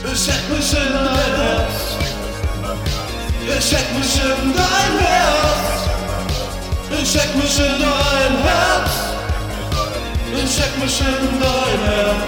Ich hätt mich in dein Herz. Ich hätt mich in dein Herz. Ich hätt mich in dein Herz. Ich hätt mich in dein Herz.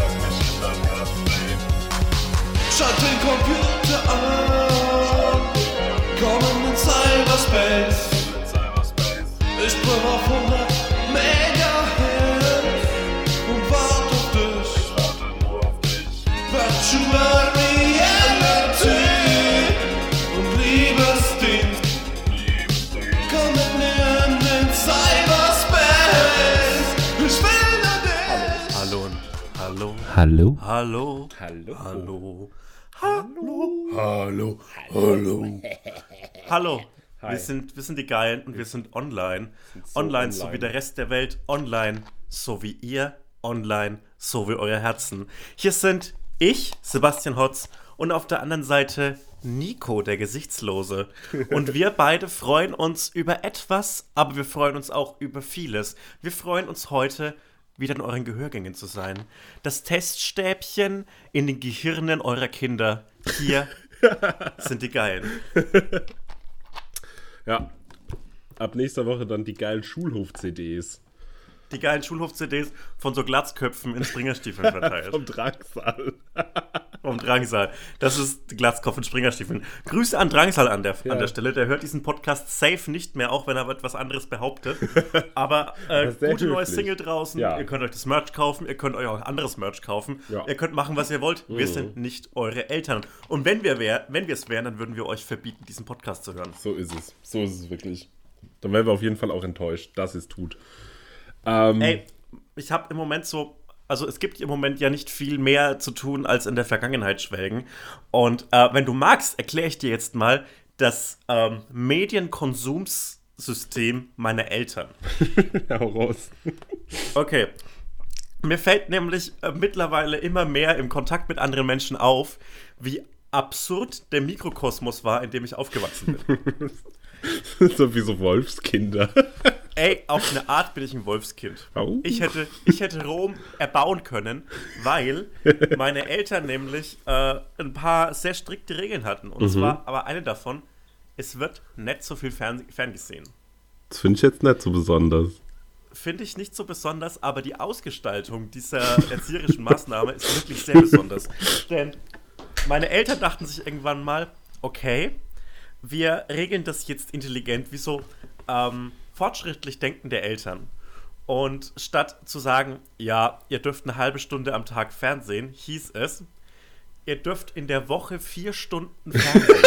Schalt den Computer an. Komm in den Cyberspace. Ich bin auf 100 Megahertz und warte auf dich. Virtual Reality und Liebesdienst. Komm mit mir in den Cyberspace. Ich will dich. Hallo. Hallo. Hallo. Hallo. Hallo. Hallo. Hallo. Hallo. Hi. Wir sind die Geilen und wir sind online. so Online, so online. wie der Rest der Welt. Online, so wie ihr. Online, so wie euer Herzen. Hier sind ich, Sebastian Hotz, und auf der anderen Seite Nico, der Gesichtslose. Und wir beide freuen uns über etwas, aber wir freuen uns auch über vieles. Wir freuen uns heute, wieder in euren Gehörgängen zu sein. Das Teststäbchen in den Gehirnen eurer Kinder. Hier sind die Geilen. Ja. Ab nächster Woche dann die geilen Schulhof-CDs. Die geilen Schulhof-CDs von so Glatzköpfen in Springerstiefeln verteilt. Vom Drangsal. Vom Drangsal. Das ist Glatzkopf in Springerstiefeln. Grüße an Drangsal an der Stelle. Der hört diesen Podcast safe nicht mehr, auch wenn er etwas anderes behauptet. Aber gute neue Single draußen. Ja. Ihr könnt euch das Merch kaufen. Ihr könnt euch auch anderes Merch kaufen. Ja. Ihr könnt machen, was ihr wollt. Wir sind nicht eure Eltern. Und wenn wir es wären, dann würden wir euch verbieten, diesen Podcast zu hören. So ist es. So ist es wirklich. Dann wären wir auf jeden Fall auch enttäuscht, dass es tut. Ey, ich habe im Moment also es gibt im Moment ja nicht viel mehr zu tun, als in der Vergangenheit schwelgen. Und wenn du magst, erkläre ich dir jetzt mal das Medienkonsumsystem meiner Eltern. Hau raus. Okay. Mir fällt nämlich mittlerweile immer mehr im Kontakt mit anderen Menschen auf, wie absurd der Mikrokosmos war, in dem ich aufgewachsen bin. So wie so Wolfskinder. Ey, auf eine Art bin ich ein Wolfskind. Oh. Ich hätte Rom erbauen können, weil meine Eltern nämlich ein paar sehr strikte Regeln hatten. Und zwar, aber eine davon, es wird nicht so viel ferngesehen. Das finde ich jetzt nicht so besonders. Finde ich nicht so besonders, aber die Ausgestaltung dieser erzieherischen Maßnahme ist wirklich sehr besonders. Denn meine Eltern dachten sich irgendwann mal, okay, wir regeln das jetzt intelligent, wie so fortschrittlich denkende Eltern. Und statt zu sagen, ja, ihr dürft eine halbe Stunde am Tag Fernsehen, hieß es, ihr dürft in der Woche 4 Stunden Fernsehen.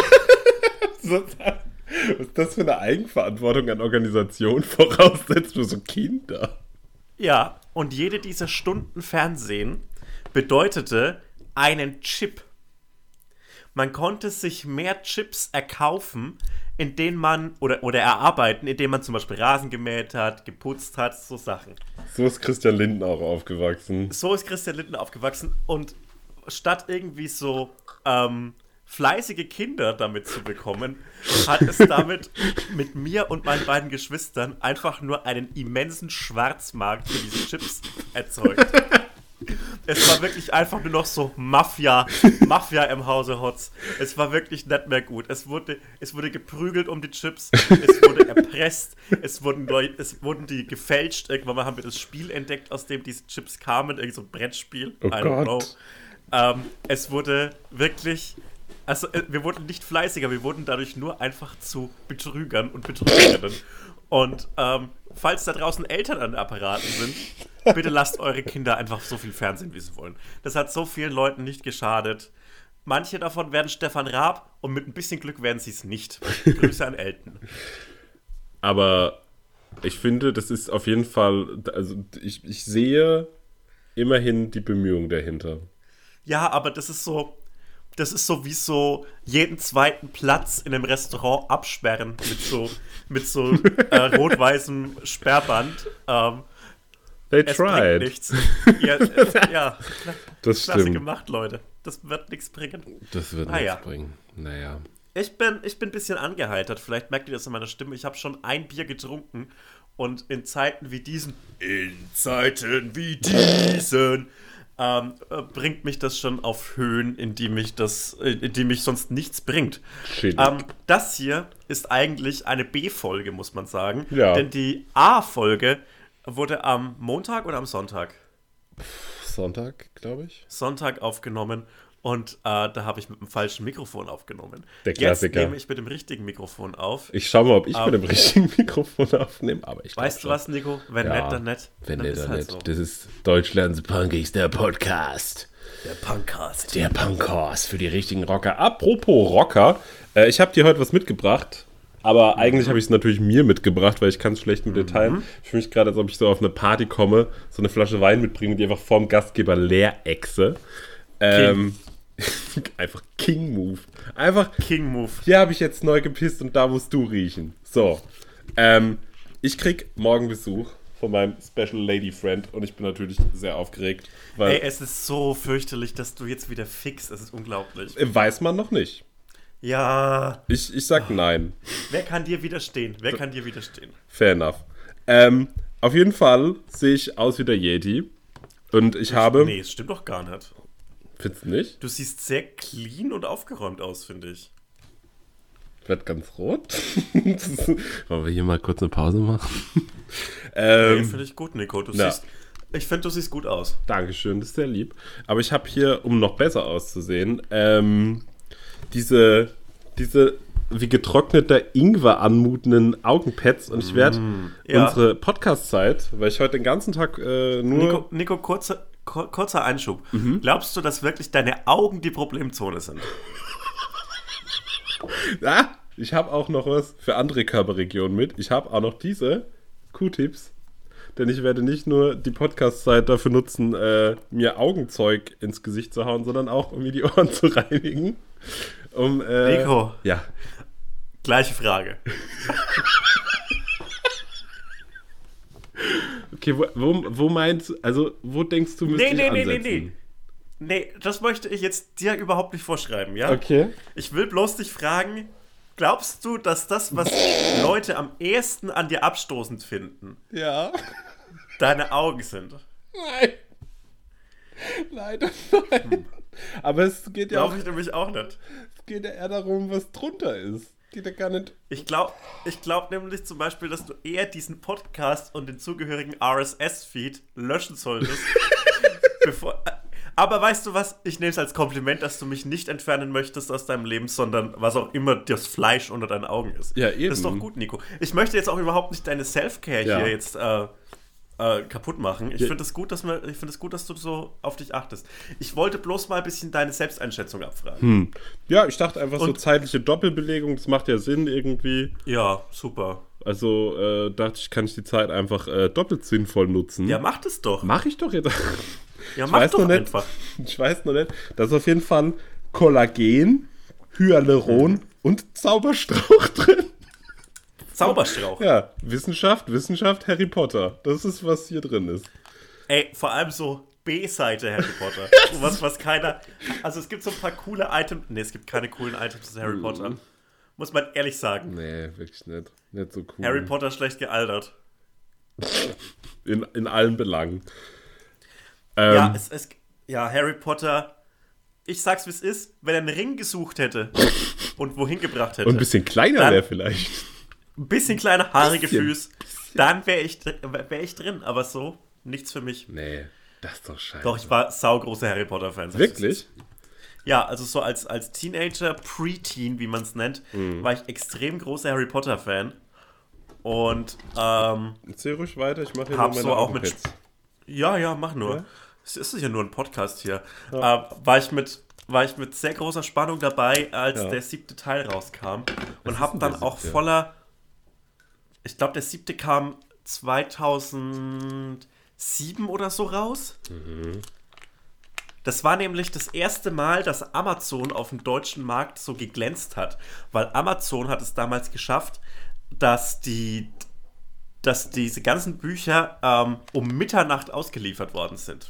Was ist das für eine Eigenverantwortung an Organisationen voraussetzt für so Kinder? Ja, und jede dieser Stunden Fernsehen bedeutete einen Chip. Man konnte sich mehr Chips erkaufen, in denen man, oder erarbeiten, indem man zum Beispiel Rasen gemäht hat, geputzt hat, so Sachen. So ist Christian Lindner auch aufgewachsen. So ist Christian Lindner aufgewachsen und statt irgendwie so fleißige Kinder damit zu bekommen, hat es damit mit mir und meinen beiden Geschwistern einfach nur einen immensen Schwarzmarkt für diese Chips erzeugt. Es war wirklich einfach nur noch so Mafia im Hause Hotz. Es war wirklich nicht mehr gut. Es wurde geprügelt um die Chips, es wurde erpresst, es wurden die gefälscht. Irgendwann mal haben wir das Spiel entdeckt, aus dem diese Chips kamen, irgend so ein Brettspiel. Oh I don't Gott. know. Es wurde wirklich, also wir wurden nicht fleißiger, wir wurden dadurch nur einfach zu Betrügern und Betrügerinnen. Und falls da draußen Eltern an den Apparaten sind, bitte lasst eure Kinder einfach so viel Fernsehen, wie sie wollen. Das hat so vielen Leuten nicht geschadet. Manche davon werden Stefan Raab und mit ein bisschen Glück werden sie es nicht. Grüße an Elton. Aber ich finde, das ist auf jeden Fall, also ich sehe immerhin die Bemühung dahinter. Ja, aber das ist so wie so jeden zweiten Platz in einem Restaurant absperren mit so rot-weißem Sperrband. They Es bringt tried. nichts. Ja, Das klasse stimmt. gemacht, Leute. Das wird nichts bringen. Das wird Naja. nichts bringen. Naja. Ich bin ein bisschen angeheitert. Vielleicht merkt ihr das in meiner Stimme. Ich habe schon ein Bier getrunken. Und in Zeiten wie diesen bringt mich das schon auf Höhen, in die mich sonst nichts bringt. Shit. Das hier ist eigentlich eine B-Folge, muss man sagen. Ja. Denn die A-Folge wurde am Montag oder am Sonntag? Sonntag, glaube ich. Sonntag aufgenommen. Und da habe ich mit dem falschen Mikrofon aufgenommen. Der Klassiker. Jetzt nehme ich mit dem richtigen Mikrofon auf. Ich schau mal, ob ich mit dem richtigen Mikrofon aufnehme, aber ich glaub Weißt du schon. was, Nico? Wenn Ja, nett, dann nett. Wenn dann nicht, dann halt nicht. so. Das ist Deutschlands punkigster Podcast. Der Punkcast. Der Punkcast für die richtigen Rocker. Apropos Rocker, ich habe dir heute was mitgebracht, aber eigentlich habe ich es natürlich mir mitgebracht, weil ich kann es schlecht mit Details. Ich fühle mich gerade, als ob ich so auf eine Party komme, so eine Flasche Wein mitbringe und die einfach vorm Gastgeber leer exe. Einfach King-Move. Einfach, King Move. hier habe ich jetzt neu gepisst und da musst du riechen. So, ich krieg morgen Besuch von meinem Special Lady Friend und ich bin natürlich sehr aufgeregt, weil Ey, es ist so fürchterlich, dass du jetzt wieder fixst. Es ist unglaublich. weiß man noch nicht. Ja, Ich sag nein. wer kann dir widerstehen? Wer kann dir widerstehen? Fair enough. Auf jeden Fall sehe ich aus wie der Yeti und ich habe... Nee, es stimmt doch gar nicht. Findest du nicht? Du siehst sehr clean und aufgeräumt aus, finde ich. Ich werd ganz rot. Wollen wir hier mal kurz eine Pause machen? Nee, finde ich gut, Nico. Ja. Ich finde, du siehst gut aus. Dankeschön, das ist sehr lieb. Aber ich habe hier, um noch besser auszusehen, diese wie getrockneter Ingwer anmutenden Augenpads und ich werde ja. unsere Podcast-Zeit, weil ich heute den ganzen Tag nur... Nico, kurzer Einschub. Glaubst du, dass wirklich deine Augen die Problemzone sind? Ich habe auch noch was für andere Körperregionen mit. Ich habe auch noch diese Q-Tips. Denn ich werde nicht nur die Podcast-Zeit dafür nutzen, mir Augenzeug ins Gesicht zu hauen, sondern auch, um mir die Ohren zu reinigen. Nico, Ja. gleiche Frage. Okay, wo meinst also wo denkst du, müsste ich ansetzen? Nee, das möchte ich jetzt dir überhaupt nicht vorschreiben, ja? Okay. Ich will bloß dich fragen, glaubst du, dass das, was Leute am ehesten an dir abstoßend finden, Ja. deine Augen sind? Nein. Leider nein. Aber es geht ja Glaube ich nämlich auch nicht. es geht ja eher darum, was drunter ist. Geht ja gar nicht. Ich glaub nämlich zum Beispiel, dass du eher diesen Podcast und den zugehörigen RSS-Feed löschen solltest. Aber weißt du was? Ich nehme es als Kompliment, dass du mich nicht entfernen möchtest aus deinem Leben, sondern was auch immer das Fleisch unter deinen Augen ist. Ja, eben. Das ist doch gut, Nico. Ich möchte jetzt auch überhaupt nicht deine Self-Care hier jetzt kaputt machen. Ich finde es gut, dass du so auf dich achtest. Ich wollte bloß mal ein bisschen deine Selbsteinschätzung abfragen. Ja, ich dachte einfach so Und- zeitliche Doppelbelegung, das macht ja Sinn irgendwie. Ja, super. Also dachte ich, kann ich die Zeit einfach doppelt sinnvoll nutzen. Ja, mach das doch. Mach ich doch jetzt. Ja, Ich mach weiß doch noch nicht. einfach. Ich weiß noch nicht. Das ist auf jeden Fall Kollagen, Hyaluron und Zauberstrauch drin. Zauberstrauch. Ja, Wissenschaft, Harry Potter. Das ist, was hier drin ist. Ey, vor allem so B-Seite Harry Potter. So was keiner... Also es gibt so ein paar coole Items... Nee, es gibt keine coolen Items zu Harry Potter. Muss man ehrlich sagen. Nee, wirklich nicht. Nicht so cool. Harry Potter schlecht gealtert. In allen Belangen. Ja, Harry Potter... Ich sag's, wie es ist. Wenn er einen Ring gesucht hätte und wohin gebracht hätte... Und ein bisschen kleiner Dann- wäre vielleicht. ein bisschen kleine, haarige Bisschen. Füße, dann wäre ich drin. Aber so, nichts für mich. Nee, das ist doch scheiße. Doch, ich war saugroßer Harry Potter-Fan. Wirklich? Ja, also so als Teenager, Preteen, wie man es nennt, war ich extrem großer Harry Potter-Fan. Und Erzähl ruhig weiter, ich mache hier hab nur so meine auch mit... Augenpads. Ja, mach nur. Ja? Es ist ja nur ein Podcast hier. War ich mit sehr großer Spannung dabei, als der 7. Teil rauskam. Und hab denn dann der auch 7.? voller... Ich glaube, der 7. kam 2007 oder so raus. Das war nämlich das erste Mal, dass Amazon auf dem deutschen Markt so geglänzt hat. Weil Amazon hat es damals geschafft, dass diese ganzen Bücher um Mitternacht ausgeliefert worden sind.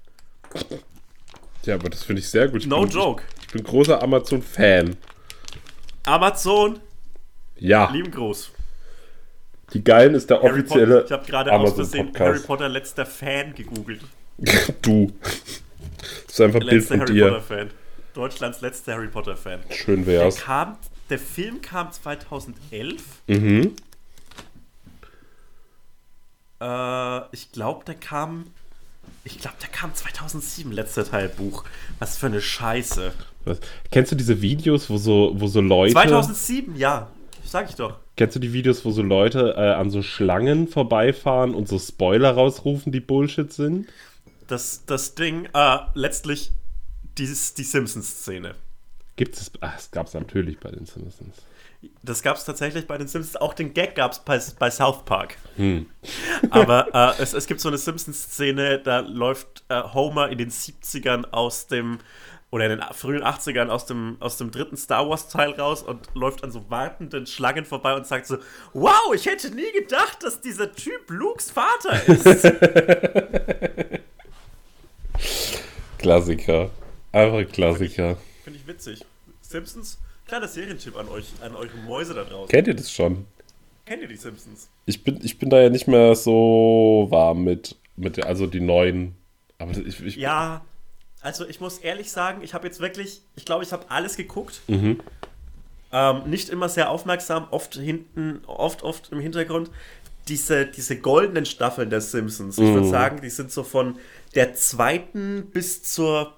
Ja, aber das finde ich sehr gut. No joke. Ich bin großer Amazon-Fan. Amazon, Ja, lieben Gruß. die Geilen ist der Harry offizielle Potter, ich habe gerade aus Versehen Harry Amazon-Podcast. Potter letzter Fan gegoogelt. Du. Das ist einfach ein Bild Letzter von Harry dir. Potter-Fan. Deutschlands letzter Harry Potter-Fan. Schön wär's. Der Film kam 2011. Mhm. Ich glaube, der kam 2007, letzter Teil Buch. Was für eine Scheiße. Kennst du diese Videos, wo so Leute... 2007, ja. Sag ich doch. Kennst du die Videos, wo so Leute an so Schlangen vorbeifahren und so Spoiler rausrufen, die Bullshit sind? Das Ding, letztlich die Simpsons-Szene. Gibt es? Es gab es natürlich bei den Simpsons. Das gab es tatsächlich bei den Simpsons. Auch den Gag gab es bei South Park. Aber es gibt so eine Simpsons-Szene, da läuft Homer in den 70ern oder in den frühen 80ern aus dem dritten Star Wars-Teil raus und läuft an so wartenden Schlangen vorbei und sagt so, wow, ich hätte nie gedacht, dass dieser Typ Lukes Vater ist. Klassiker. Einfach Klassiker. Finde ich witzig. Simpsons, kleiner Serientipp an euch, an eure Mäuse da draußen. Kennt ihr das schon? Kennt ihr die Simpsons? Ich bin da ja nicht mehr so warm mit also die neuen. Aber Ja, also ich muss ehrlich sagen, ich habe jetzt wirklich, ich glaube, ich habe alles geguckt. Nicht immer sehr aufmerksam, oft im Hintergrund. Diese goldenen Staffeln der Simpsons, ich würde sagen, die sind so von der 2. bis zur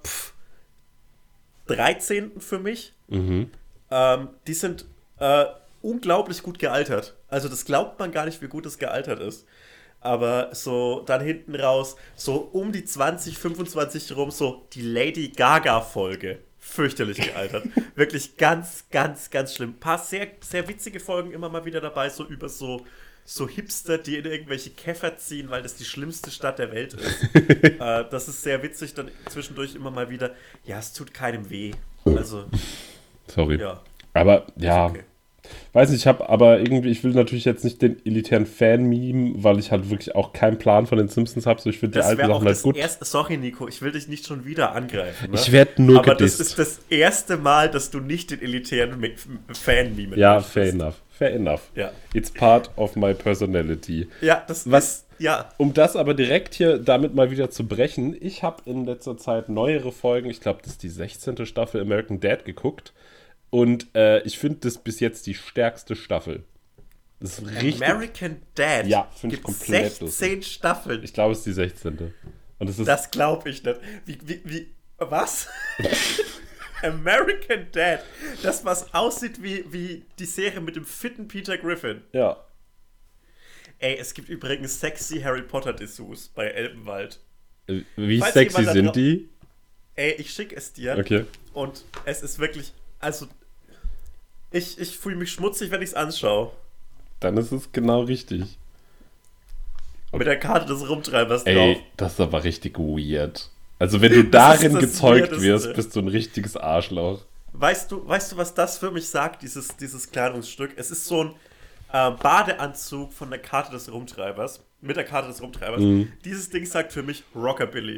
13. für mich. Die sind unglaublich gut gealtert. Also das glaubt man gar nicht, wie gut das gealtert ist. Aber so dann hinten raus, so um die 20, 25 rum, so die Lady Gaga-Folge. Fürchterlich gealtert. Wirklich ganz, ganz, ganz schlimm. Ein paar sehr, sehr witzige Folgen immer mal wieder dabei, so über so Hipster, die in irgendwelche Käfer ziehen, weil das die schlimmste Stadt der Welt ist. Das ist sehr witzig, dann zwischendurch immer mal wieder, ja, es tut keinem weh. Also, sorry. ja. Aber, ja, okay. weiß nicht, ich will natürlich jetzt nicht den elitären Fan-Meme, weil ich halt wirklich auch keinen Plan von den Simpsons habe, so ich finde die Das alten wäre auch Sachen halt das gut. erste, sorry Nico, ich will dich nicht schon wieder angreifen. Ne? Ich werde nur Aber gedisst. das ist das erste Mal, dass du nicht den elitären Fan-Meme Ja, möchtest. fair enough. Ja. It's part of my personality. Ja, das Was- ist, ja. Um das aber direkt hier damit mal wieder zu brechen, ich habe in letzter Zeit neuere Folgen, ich glaube, das ist die 16. Staffel American Dad geguckt und ich finde das bis jetzt die stärkste Staffel. Das ist richtig. American Dad. Ja, finde ich Gibt's komplett 16 Staffeln. Ich glaube, es ist die 16. Und es ist Das glaube ich nicht. Wie, was? American Dad. Das, was aussieht wie die Serie mit dem fitten Peter Griffin. ja. Ey, es gibt übrigens sexy Harry Potter Dessous bei Elbenwald. Wie Falls sexy jemand da sind die? Ey, ich schicke es dir. Okay. Und es ist wirklich, also, ich fühle mich schmutzig, wenn ich es anschaue. Dann ist es genau richtig. Mit der Karte des Rumtreibers drauf. Ey, das ist aber richtig weird. Also wenn du Das ist darin das gezeugt Weirdeste. wirst, bist du ein richtiges Arschloch. Weißt du, was das für mich sagt, dieses Kleidungsstück? Es ist so ein Badeanzug von der Karte des Rumtreibers. Mit der Karte des Rumtreibers. Dieses Ding sagt für mich Rockabilly.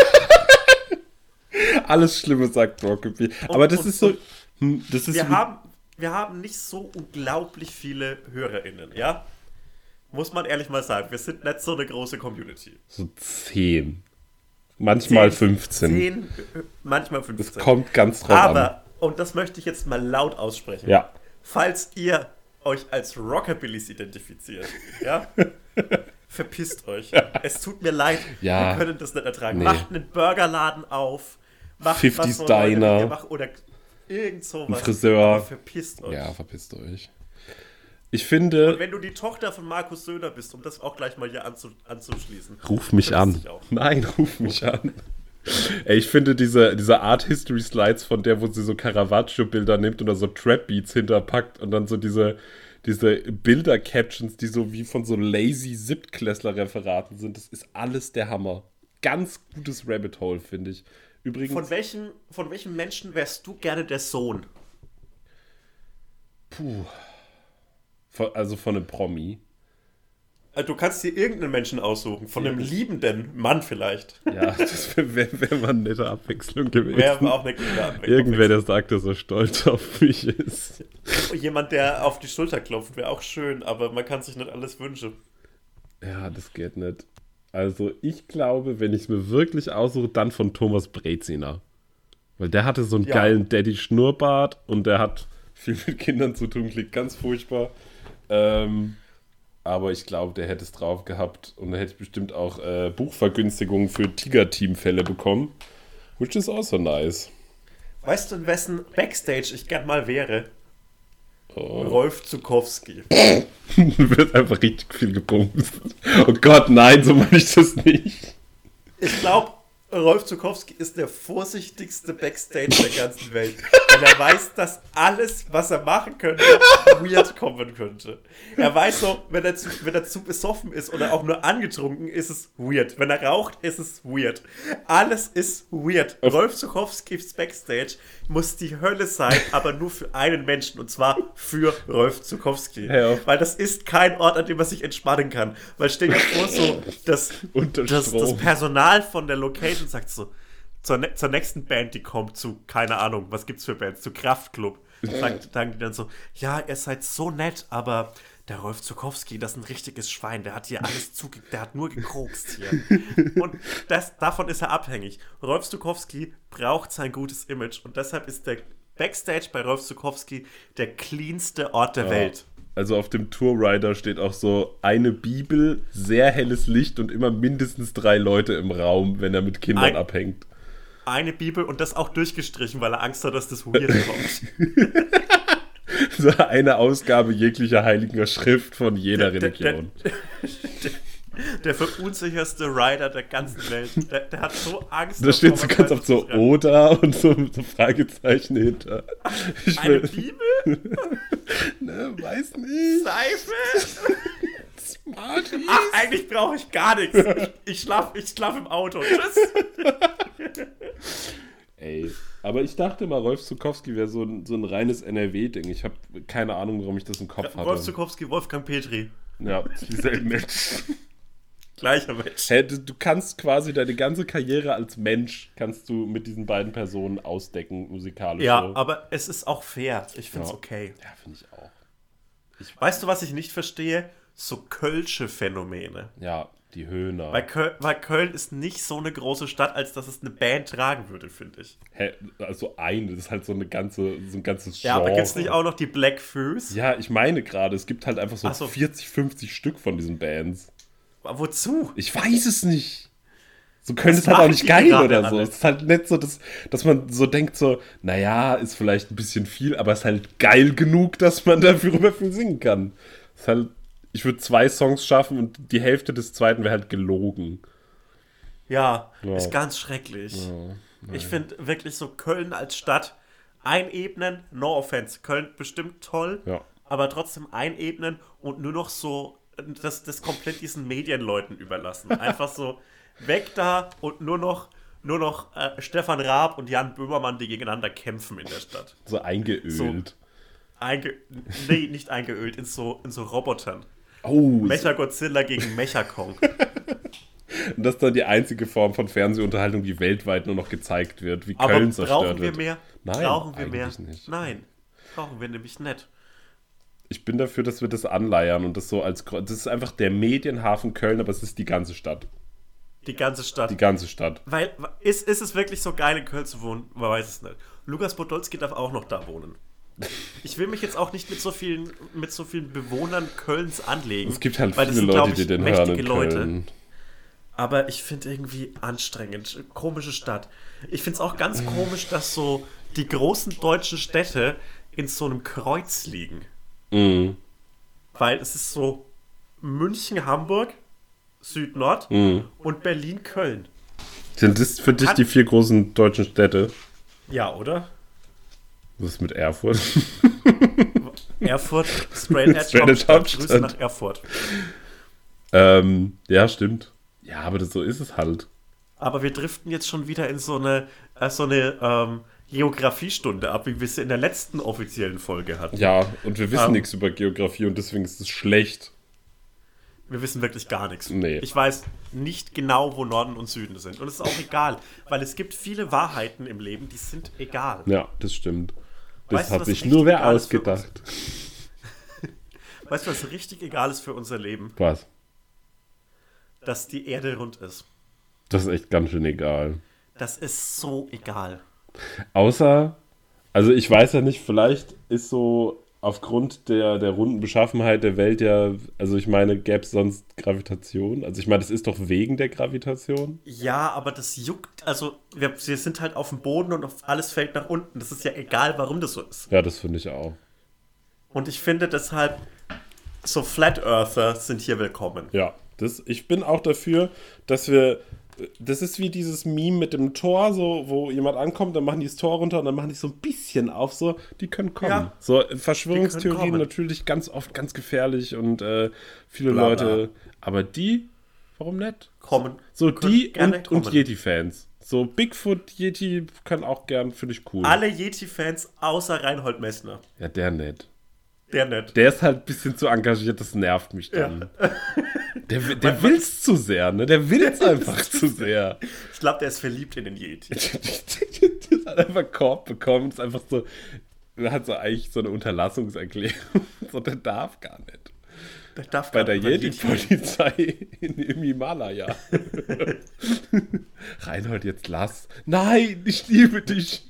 Alles Schlimme sagt Rockabilly. Aber das und- ist so... Das ist Wir haben nicht so unglaublich viele HörerInnen, ja? Muss man ehrlich mal sagen. Wir sind nicht so eine große Community. so 10. Manchmal 15. 10, manchmal 15. Es kommt ganz drauf an. Aber, und das möchte ich jetzt mal laut aussprechen. Ja. Falls ihr euch als Rockabillys identifiziert, ja? Verpisst euch. Es tut mir leid, Ja. wir können das nicht ertragen. Nee. Macht einen Burgerladen auf. Macht 50's was so Leute wie Diner. ihr macht oder irgend sowas. Ein Friseur. Aber verpisst euch. Ja, verpisst euch. Ich finde... Wenn du die Tochter von Markus Söder bist, um das auch gleich mal hier anzuschließen. Ruf mich verpiss an. dich auch. Nein, ruf mich an. Ey, ich finde diese Art History Slides von der, wo sie so Caravaggio-Bilder nimmt und da so Trap-Beats hinterpackt und dann so diese Bilder-Captions, die so wie von so lazy Siebtklässler-Referaten sind, das ist alles der Hammer. Ganz gutes Rabbit Hole, finde ich. Übrigens... Von welchem Menschen wärst du gerne der Sohn? Also von einem Promi. Du kannst dir irgendeinen Menschen aussuchen. Von einem liebenden Mann vielleicht. Ja, das wäre mal eine nette Abwechslung gewesen. Wäre aber auch eine gute Abwechslung. Irgendwer, der sagt, dass er stolz auf mich ist. Jemand, der auf die Schulter klopft, wäre auch schön, aber man kann sich nicht alles wünschen. Ja, das geht nicht. Also ich glaube, wenn ich es mir wirklich aussuche, dann von Thomas Breziner. Weil der hatte so einen geilen Daddy-Schnurrbart und der hat viel mit Kindern zu tun, klingt ganz furchtbar. Aber ich glaube, der hätte es drauf gehabt und da hätte ich bestimmt auch Buchvergünstigungen für Tiger-Team-Fälle bekommen. Which is also nice. Weißt du, in wessen Backstage ich gern mal wäre? Rolf Zukowski. Du wirst einfach richtig viel gebumst. Oh Gott, nein, so meine ich das nicht. Ich glaube, Rolf Zukowski ist der vorsichtigste Backstage der ganzen Welt. Weil er weiß, dass alles, was er machen könnte, weird kommen könnte. Er weiß so, wenn er zu besoffen ist oder auch nur angetrunken, ist es weird. Wenn er raucht, ist es weird. Alles ist weird. Rolf Zukowskis Backstage muss die Hölle sein, aber nur für einen Menschen. Und zwar für Rolf Zukowski. Ja. Weil das ist kein Ort, an dem man sich entspannen kann. Weil stell dir vor, so, das Personal von der Location sagt so, zur nächsten Band, die kommt, zu, keine Ahnung, was gibt's für Bands, zu Kraftklub, sagen die dann so, ja, ihr seid so nett, aber der Rolf Zukowski, das ist ein richtiges Schwein, der hat hier alles der hat nur gekokst hier. Und davon ist er abhängig. Rolf Zukowski braucht sein gutes Image und deshalb ist der Backstage bei Rolf Zukowski der cleanste Ort der Welt. Also auf dem Tourrider steht auch so eine Bibel, sehr helles Licht und immer mindestens 3 Leute im Raum, wenn er mit Kindern abhängt. Eine Bibel und das auch durchgestrichen, weil er Angst hat, dass das weird kommt. So eine Ausgabe jeglicher heiliger Schrift von jeder Religion. Der verunsicherste Rider der ganzen Welt. Der hat so Angst. Da steht so ganz oft so Oder und so Fragezeichen hinter. Eine Bibel? Ne, weiß nicht. Seife? Smarties? Ach, eigentlich brauche ich gar nichts. Ich schlaf im Auto. Tschüss. Ey, aber ich dachte mal, Rolf Zukowski wäre so ein reines NRW-Ding. Ich habe keine Ahnung, warum ich das im Kopf hatte. Rolf Zukowski, Wolfgang Petri. Ja, dieselben Menschen. Gleicher Mensch. Hey, du kannst quasi deine ganze Karriere als Mensch kannst du mit diesen beiden Personen ausdecken, musikalisch. Ja, so. aber es ist auch fair. Ich finde es okay. Ja, finde ich auch. Weißt du, was ich nicht verstehe? So kölsche Phänomene. Ja, die Höhner. Weil Köln ist nicht so eine große Stadt, als dass es eine Band tragen würde, finde ich. Hä, also das ist halt so ein ganzes Genre. Ja, aber gibt es nicht auch noch die Black Foes? Ja, ich meine gerade, es gibt halt einfach so 40, 50 Stück von diesen Bands. Aber wozu? Ich weiß es nicht. So könnte Das es halt auch machen nicht die geil gerade oder so. alle. Es ist halt nicht so, dass man so denkt so, naja, ist vielleicht ein bisschen viel, aber es ist halt geil genug, dass man darüber viel singen kann. Es ist halt, ich würde 2 Songs schaffen und die Hälfte des zweiten wäre halt gelogen. Ja, ist ganz schrecklich. Ich finde wirklich so Köln als Stadt einebnen, no offense, Köln bestimmt toll, aber trotzdem einebnen und nur noch so das komplett diesen Medienleuten überlassen. Einfach so weg da und nur noch Stefan Raab und Jan Böhmermann, die gegeneinander kämpfen in der Stadt. So eingeölt. Nee, nicht eingeölt, in so Robotern. Oh. Mecha-Godzilla gegen Mecha-Kong. Und das ist dann die einzige Form von Fernsehunterhaltung, die weltweit nur noch gezeigt wird, wie Köln zerstört brauchen wir wird. mehr? Nein, brauchen wir eigentlich mehr? nicht. Nein, brauchen wir nämlich nicht. Ich bin dafür, dass wir das anleiern und das so das ist einfach der Medienhafen Köln, aber es ist die ganze Stadt. Die ganze Stadt. Die ganze Stadt. Weil, ist es wirklich so geil, in Köln zu wohnen? Man weiß es nicht. Lukas Podolski darf auch noch da wohnen. Ich will mich jetzt auch nicht mit so vielen Bewohnern Kölns anlegen. Es gibt halt weil das viele sind, Leute, glaub die ich, den hören mächtige in Leute. Köln. Aber ich finde irgendwie anstrengend. Komische Stadt. Ich finde es auch ganz komisch, dass so die großen deutschen Städte in so einem Kreuz liegen. Mhm. Weil es ist so München, Hamburg, Süd-Nord und Berlin, Köln. Sind das für dich die 4 großen deutschen Städte? Ja, oder? Was ist mit Erfurt? Erfurt, Straight Edge Straight Edge Hauptstadt. Grüße Hauptstadt. nach Erfurt. Ja, stimmt. Ja, aber so ist es halt. Aber wir driften jetzt schon wieder in so eine Geografiestunde ab, wie wir sie in der letzten offiziellen Folge hatten. Ja, und wir wissen nichts über Geografie und deswegen ist es schlecht. Wir wissen wirklich gar nichts. Nee. Ich weiß nicht genau, wo Norden und Süden sind. Und es ist auch egal, weil es gibt viele Wahrheiten im Leben, die sind egal. Ja, das stimmt. Das Weißt du, hat was sich richtig nur wer egal ist für ausgedacht. Weißt du, was richtig egal ist für unser Leben? Was? dass die Erde rund ist. Das ist echt ganz schön egal. Das ist so egal. Außer, also ich weiß ja nicht, vielleicht ist so aufgrund der runden Beschaffenheit der Welt ja, also ich meine, gäbe es sonst Gravitation? Also ich meine, das ist doch wegen der Gravitation? Ja, aber das juckt, also wir sind halt auf dem Boden und alles fällt nach unten. Das ist ja egal, warum das so ist. Ja, das finde ich auch. Und ich finde deshalb, so Flat Earther sind hier willkommen. Ja, ich bin auch dafür, dass wir, das ist wie dieses Meme mit dem Tor, so, wo jemand ankommt, dann machen die das Tor runter und dann machen die so ein bisschen auf, so, die können kommen. Ja, so, die Verschwörungstheorien können kommen. natürlich ganz oft ganz gefährlich und viele Bla, bla. Leute, aber die, warum nicht? Kommen. So, Können die gerne und kommen. Yeti-Fans. So, Bigfoot, Yeti können auch gern, finde ich cool. Alle Yeti-Fans außer Reinhold Messner. Ja, der nicht. Der nicht. Der ist halt ein bisschen zu engagiert, das nervt mich dann. Ja. Der will's zu sehr, ne? Der will's einfach zu sehr. Ich glaube, der ist verliebt in den Yeti. Der hat einfach Korb bekommen, ist einfach so, der hat so eigentlich so eine Unterlassungserklärung. So, der darf gar nicht. Der darf Bei gar der nicht Yeti-Polizei im Himalaya. Reinhold, jetzt lass. Nein, ich liebe dich.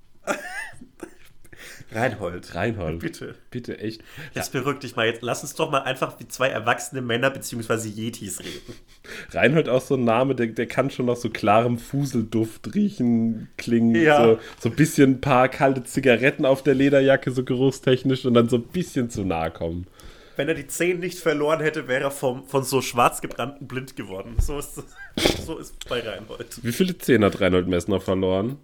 Reinhold. Bitte. Bitte, echt. Jetzt beruhig dich mal. Jetzt lass uns doch mal einfach wie zwei erwachsene Männer bzw. Yetis reden. Reinhold auch so ein Name, der kann schon nach so klarem Fuselduft riechen, klingen. Ja. So ein bisschen ein paar kalte Zigaretten auf der Lederjacke, so geruchstechnisch und dann so ein bisschen zu nahe kommen. Wenn er die Zähne nicht verloren hätte, wäre er von so schwarz gebrannten blind geworden. So ist es bei Reinhold. Wie viele Zähne hat Reinhold Messner verloren?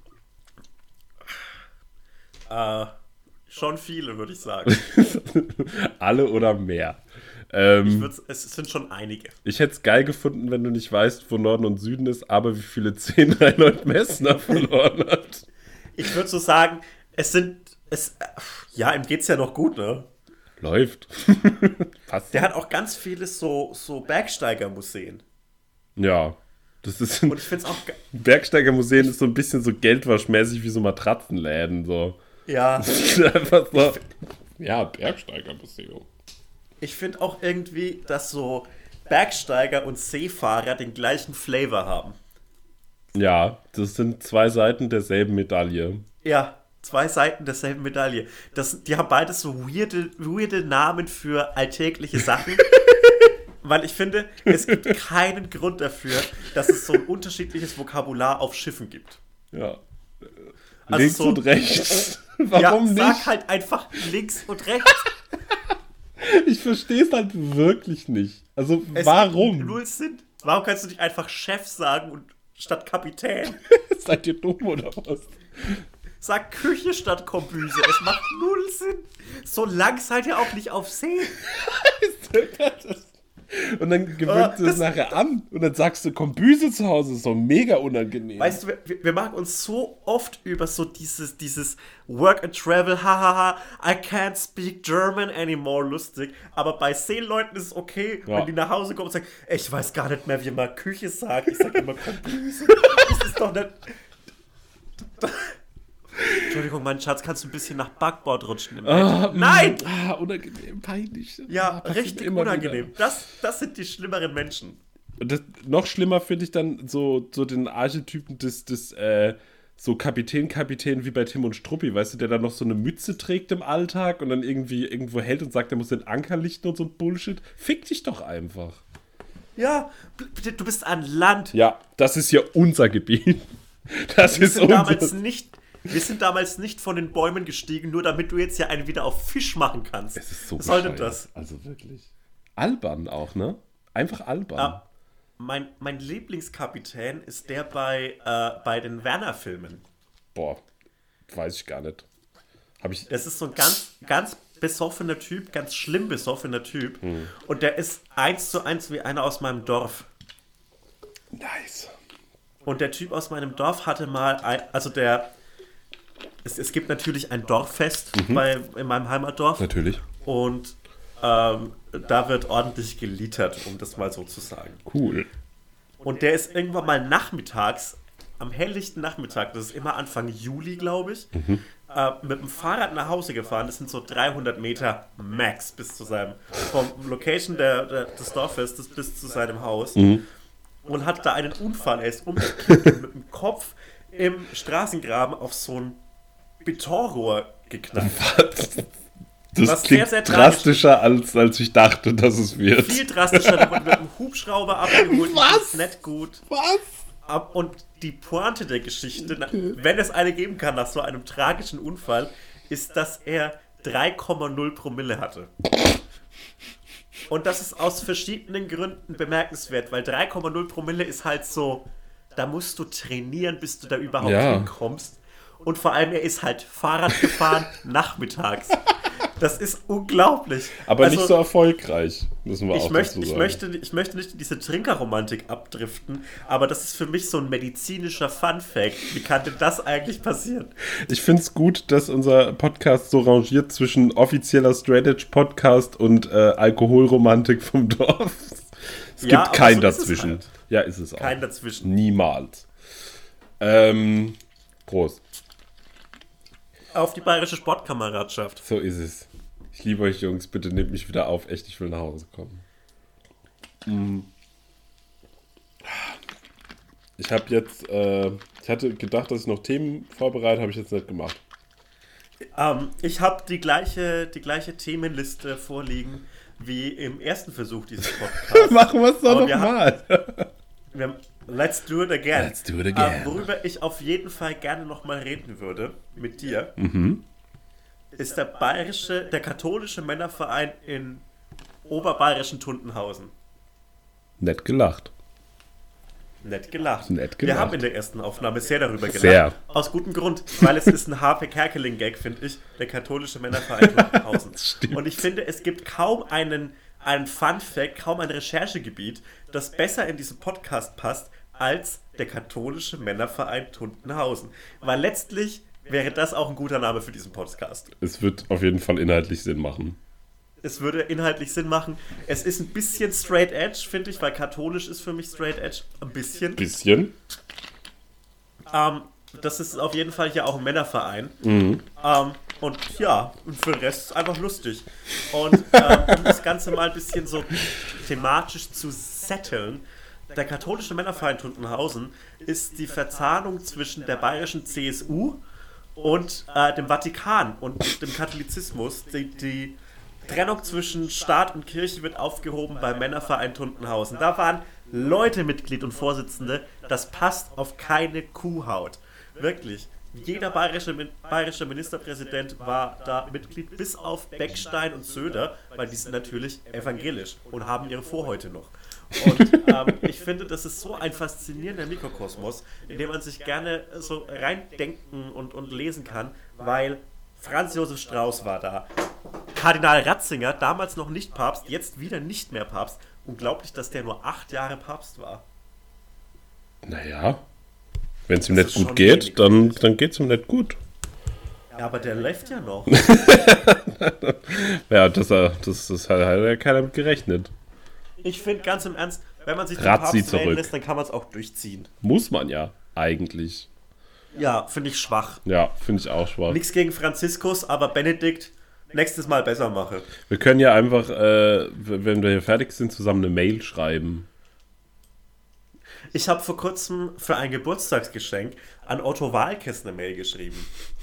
Schon viele, würde ich sagen. Alle oder mehr? Es sind schon einige. Ich hätte es geil gefunden, wenn du nicht weißt, wo Norden und Süden ist, aber wie viele Zähne Reinhold Messner verloren hat. Ich würde so sagen, ihm geht's ja noch gut, ne? Läuft. Passt. Der hat auch ganz viele so Bergsteigermuseen. Ja. Das ist Und ich finde es auch Bergsteigermuseen ist so ein bisschen so geldwaschmäßig wie so Matratzenläden. So. ja. Das ist einfach so. Ja, Bergsteigermuseum. Ich finde auch irgendwie, dass so Bergsteiger und Seefahrer den gleichen Flavor haben. Ja, das sind zwei Seiten derselben Medaille. Ja, zwei Seiten derselben Medaille. Die haben beides so weirde Namen für alltägliche Sachen. Weil ich finde, es gibt keinen Grund dafür, dass es so ein unterschiedliches Vokabular auf Schiffen gibt. Ja. Also Links so- und rechts. Warum Sag nicht? halt einfach links und rechts. Ich verstehe es halt wirklich nicht. Also, Es warum? gibt null Sinn. Warum kannst du nicht einfach Chef sagen und statt Kapitän? Seid ihr dumm oder was? Sag Küche statt Kombüse. Es macht null Sinn. So lang seid ihr auch nicht auf See. Und dann gewöhnt du es nachher an. Und dann sagst du, Kombüse zu Hause ist so mega unangenehm. Weißt du, wir machen uns so oft über so dieses Work and Travel, hahaha, I can't speak German anymore, lustig. Aber bei Seeleuten ist es okay, Ja. wenn die nach Hause kommen und sagen, ich weiß gar nicht mehr, wie man Küche sagt. Ich sag immer Kombüse. Das ist doch nicht... Entschuldigung, mein Schatz, kannst du ein bisschen nach Backbord rutschen im Bett? Nein! Unangenehm, peinlich. Ja, passiert richtig immer unangenehm. wieder. Das sind die schlimmeren Menschen. Und das, noch schlimmer finde ich dann so den Archetypen des so Kapitän wie bei Tim und Struppi, weißt du, der dann noch so eine Mütze trägt im Alltag und dann irgendwie irgendwo hält und sagt, er muss den Anker lichten und so ein Bullshit. Fick dich doch einfach. Ja, bitte, du bist an Land. Ja, das ist ja unser Gebiet. Das ist Wir sind damals nicht von den Bäumen gestiegen, nur damit du jetzt ja einen wieder auf Fisch machen kannst. Es ist so Was soll denn bescheuert. das? Also wirklich. Albern auch, ne? Einfach albern. Ah, mein Lieblingskapitän ist der bei den Werner-Filmen. Boah, weiß ich gar nicht. Das ist so ein ganz besoffener Typ, ganz schlimm besoffener Typ. Und der ist 1:1 wie einer aus meinem Dorf. Nice. Und der Typ aus meinem Dorf hatte mal, es gibt natürlich ein Dorffest in meinem Heimatdorf. Natürlich. Und da wird ordentlich geliefert, um das mal so zu sagen. Cool. Und der ist irgendwann mal nachmittags, am helllichten Nachmittag, das ist immer Anfang Juli, glaube ich, mit dem Fahrrad nach Hause gefahren. Das sind so 300 Meter max bis zu seinem, vom Location des Dorfes bis zu seinem Haus. Und hat da einen Unfall. Er ist umgekippt und mit dem Kopf im Straßengraben auf so ein Betonrohr geknallt. Das Was klingt sehr drastischer, als ich dachte, dass es wird. Viel drastischer, da wurde mit einem Hubschrauber abgeholt. Was? Das ist nicht gut. Was? Und die Pointe der Geschichte, wenn es eine geben kann nach so einem tragischen Unfall, ist, dass er 3,0 Promille hatte. Und das ist aus verschiedenen Gründen bemerkenswert, weil 3,0 Promille ist halt so, da musst du trainieren, bis du da überhaupt hinkommst. Und vor allem, er ist halt Fahrrad gefahren nachmittags. Das ist unglaublich. Aber nicht so erfolgreich, müssen wir auch dazu sagen. Ich möchte nicht in diese Trinkerromantik abdriften, aber das ist für mich so ein medizinischer Fun-Fact. Wie kann denn das eigentlich passieren? Ich finde es gut, dass unser Podcast so rangiert zwischen offizieller Straight-Edge-Podcast und Alkoholromantik vom Dorf. Es gibt kein so dazwischen. Halt. Ja, ist es auch. Kein dazwischen. Niemals. Prost. Auf die bayerische Sportkameradschaft. So ist es. Ich liebe euch, Jungs. Bitte nehmt mich wieder auf. Echt, ich will nach Hause kommen. Ich habe jetzt, ich hatte gedacht, dass ich noch Themen vorbereite, habe ich jetzt nicht gemacht. Ich habe die gleiche Themenliste vorliegen wie im ersten Versuch dieses Podcasts. Machen wir es doch nochmal. Let's do it again. Let's do it again. Worüber ich auf jeden Fall gerne nochmal reden würde mit dir, ist der katholische Männerverein in oberbayerischen Tuntenhausen. Nett gelacht. Nett gelacht. Nett gelacht. Wir haben in der ersten Aufnahme sehr darüber gelacht. Sehr. Aus gutem Grund, weil es ist ein Harpe Kerkeling-Gag, finde ich, der katholische Männerverein Tuntenhausen. Und ich finde, es gibt kaum einen Fun-Fact, kaum ein Recherchegebiet, das besser in diesen Podcast passt, als der katholische Männerverein Tuntenhausen. Weil letztlich wäre das auch ein guter Name für diesen Podcast. Es wird auf jeden Fall inhaltlich Sinn machen. Es würde inhaltlich Sinn machen. Es ist ein bisschen straight edge, finde ich, weil katholisch ist für mich straight edge. Ein bisschen. Bisschen? Das ist auf jeden Fall hier auch ein Männerverein. Und ja, für den Rest ist es einfach lustig. Und um das Ganze mal ein bisschen so thematisch zu setteln, der katholische Männerverein Tuntenhausen ist die Verzahnung zwischen der bayerischen CSU und dem Vatikan und dem Katholizismus. Die Trennung zwischen Staat und Kirche wird aufgehoben beim Männerverein Tuntenhausen. Da waren Leute Mitglied und Vorsitzende, das passt auf keine Kuhhaut. Wirklich. Jeder bayerische Ministerpräsident war da Mitglied, bis auf Beckstein und Söder, weil die sind natürlich evangelisch und haben ihre Vorhäute noch. Und ich finde, das ist so ein faszinierender Mikrokosmos, in dem man sich gerne so reindenken und lesen kann, weil Franz Josef Strauß war da. Kardinal Ratzinger, damals noch nicht Papst, jetzt wieder nicht mehr Papst. Unglaublich, dass der nur 8 Jahre Papst war. Naja, wenn es ihm nicht gut geht, dann geht es ihm nicht gut. Ja, aber der läuft ja noch. Ja, das hat ja keiner mit gerechnet. Ich finde ganz im Ernst, wenn man sich den Razzi Papst wählen zurück. lässt, dann kann man es auch durchziehen. Muss man ja, eigentlich. Ja, finde ich schwach. Ja, finde ich auch schwach. Nichts gegen Franziskus, aber Benedikt nächstes Mal besser mache. Wir können ja einfach, wenn wir hier fertig sind, zusammen eine Mail schreiben. Ich habe vor kurzem für ein Geburtstagsgeschenk an Otto Waalkes eine Mail geschrieben.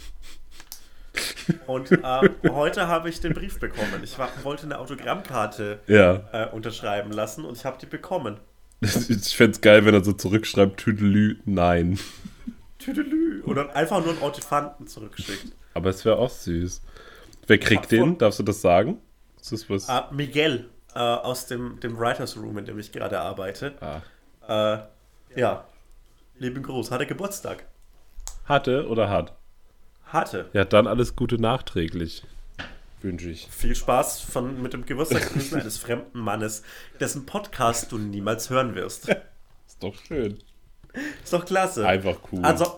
Und heute habe ich den Brief bekommen. Ich wollte eine Autogrammkarte unterschreiben lassen und ich habe die bekommen. Ich fände es geil, wenn er so zurückschreibt, Tüdelü, nein. Tüdelü. Oder einfach nur einen Autofanten zurückschickt. Aber es wäre auch süß. Wer kriegt den? Darfst du das sagen? Ist das was? Miguel aus dem Writers Room, in dem ich gerade arbeite. Ja, lieben Gruß. Hatte Geburtstag. Hatte oder hat? Hatte. Ja, dann alles Gute nachträglich. Wünsche ich. Viel Spaß mit dem Geburtstagsgrüßen eines fremden Mannes, dessen Podcast du niemals hören wirst. Ist doch schön. Ist doch klasse. Einfach cool. Also,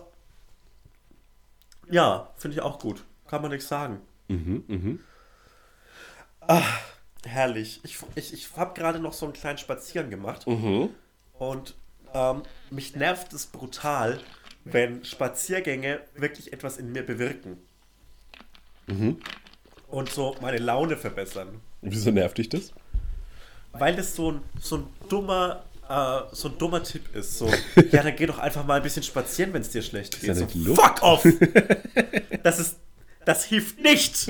ja, finde ich auch gut. Kann man nichts sagen. Ach, herrlich. Ich habe gerade noch so einen kleinen Spaziergang gemacht. Und mich nervt es brutal, wenn Spaziergänge wirklich etwas in mir bewirken. und so meine Laune verbessern. Wieso nervt dich das? Weil das so ein dummer Tipp ist. So, ja, dann geh doch einfach mal ein bisschen spazieren, wenn es dir schlecht geht. ja So, nicht Luft. fuck off! Das hilft nicht!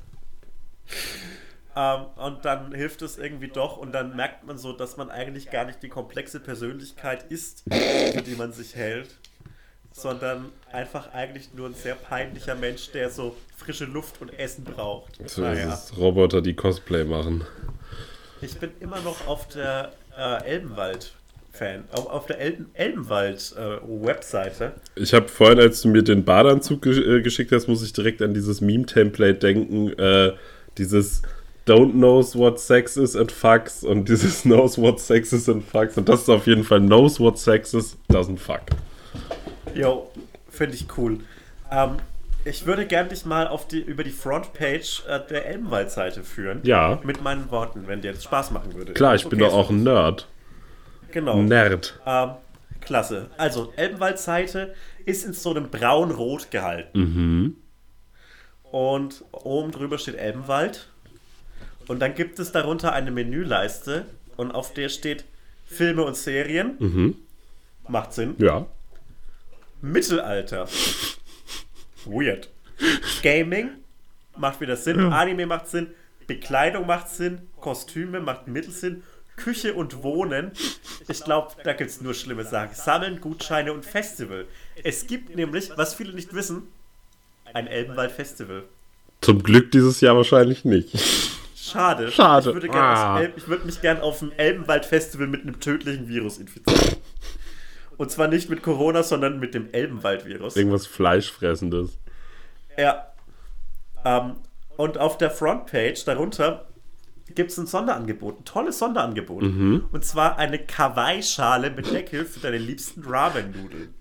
Und dann hilft es irgendwie doch und dann merkt man so, dass man eigentlich gar nicht die komplexe Persönlichkeit ist, für die man sich hält, sondern einfach eigentlich nur ein sehr peinlicher Mensch, der so frische Luft und Essen braucht. So ist es. Roboter, die Cosplay machen. Ich bin immer noch auf der Elbenwald-Fan, auf der Elbenwald-Webseite. Ich habe vorhin, als du mir den Badeanzug geschickt hast, muss ich direkt an dieses Meme-Template denken. Dieses Don't knows what sex is and fucks und dieses knows what sex is and fucks. Und das ist auf jeden Fall knows what sex is, doesn't fuck. Jo, finde ich cool. Ich würde gerne dich mal über die Frontpage der Elbenwald-Seite führen. Ja. Mit meinen Worten, wenn dir das Spaß machen würde. Klar, ich bin doch auch ein Nerd. Genau. Nerd. Klasse. Also, Elbenwald-Seite ist in so einem braun-rot gehalten. Und oben drüber steht Elbenwald. Und dann gibt es darunter eine Menüleiste und auf der steht Filme und Serien. Macht Sinn. Ja. Mittelalter. Weird. Gaming macht wieder Sinn. Anime macht Sinn. Bekleidung macht Sinn. Kostüme macht Mittelsinn. Küche und Wohnen. Ich glaube, da gibt es nur schlimme Sachen. Sammeln, Gutscheine und Festival. Es gibt nämlich, was viele nicht wissen, ein Elbenwald-Festival. Zum Glück dieses Jahr wahrscheinlich nicht. Schade. Ich würde mich gern auf ein Elbenwald-Festival mit einem tödlichen Virus infizieren. Und zwar nicht mit Corona, sondern mit dem Elbenwald-Virus. Irgendwas Fleischfressendes. Ja. Und auf der Frontpage darunter gibt es ein Sonderangebot, ein tolles Sonderangebot. Und zwar eine Kawaii-Schale mit Deckel für deine liebsten Ramen-Nudeln.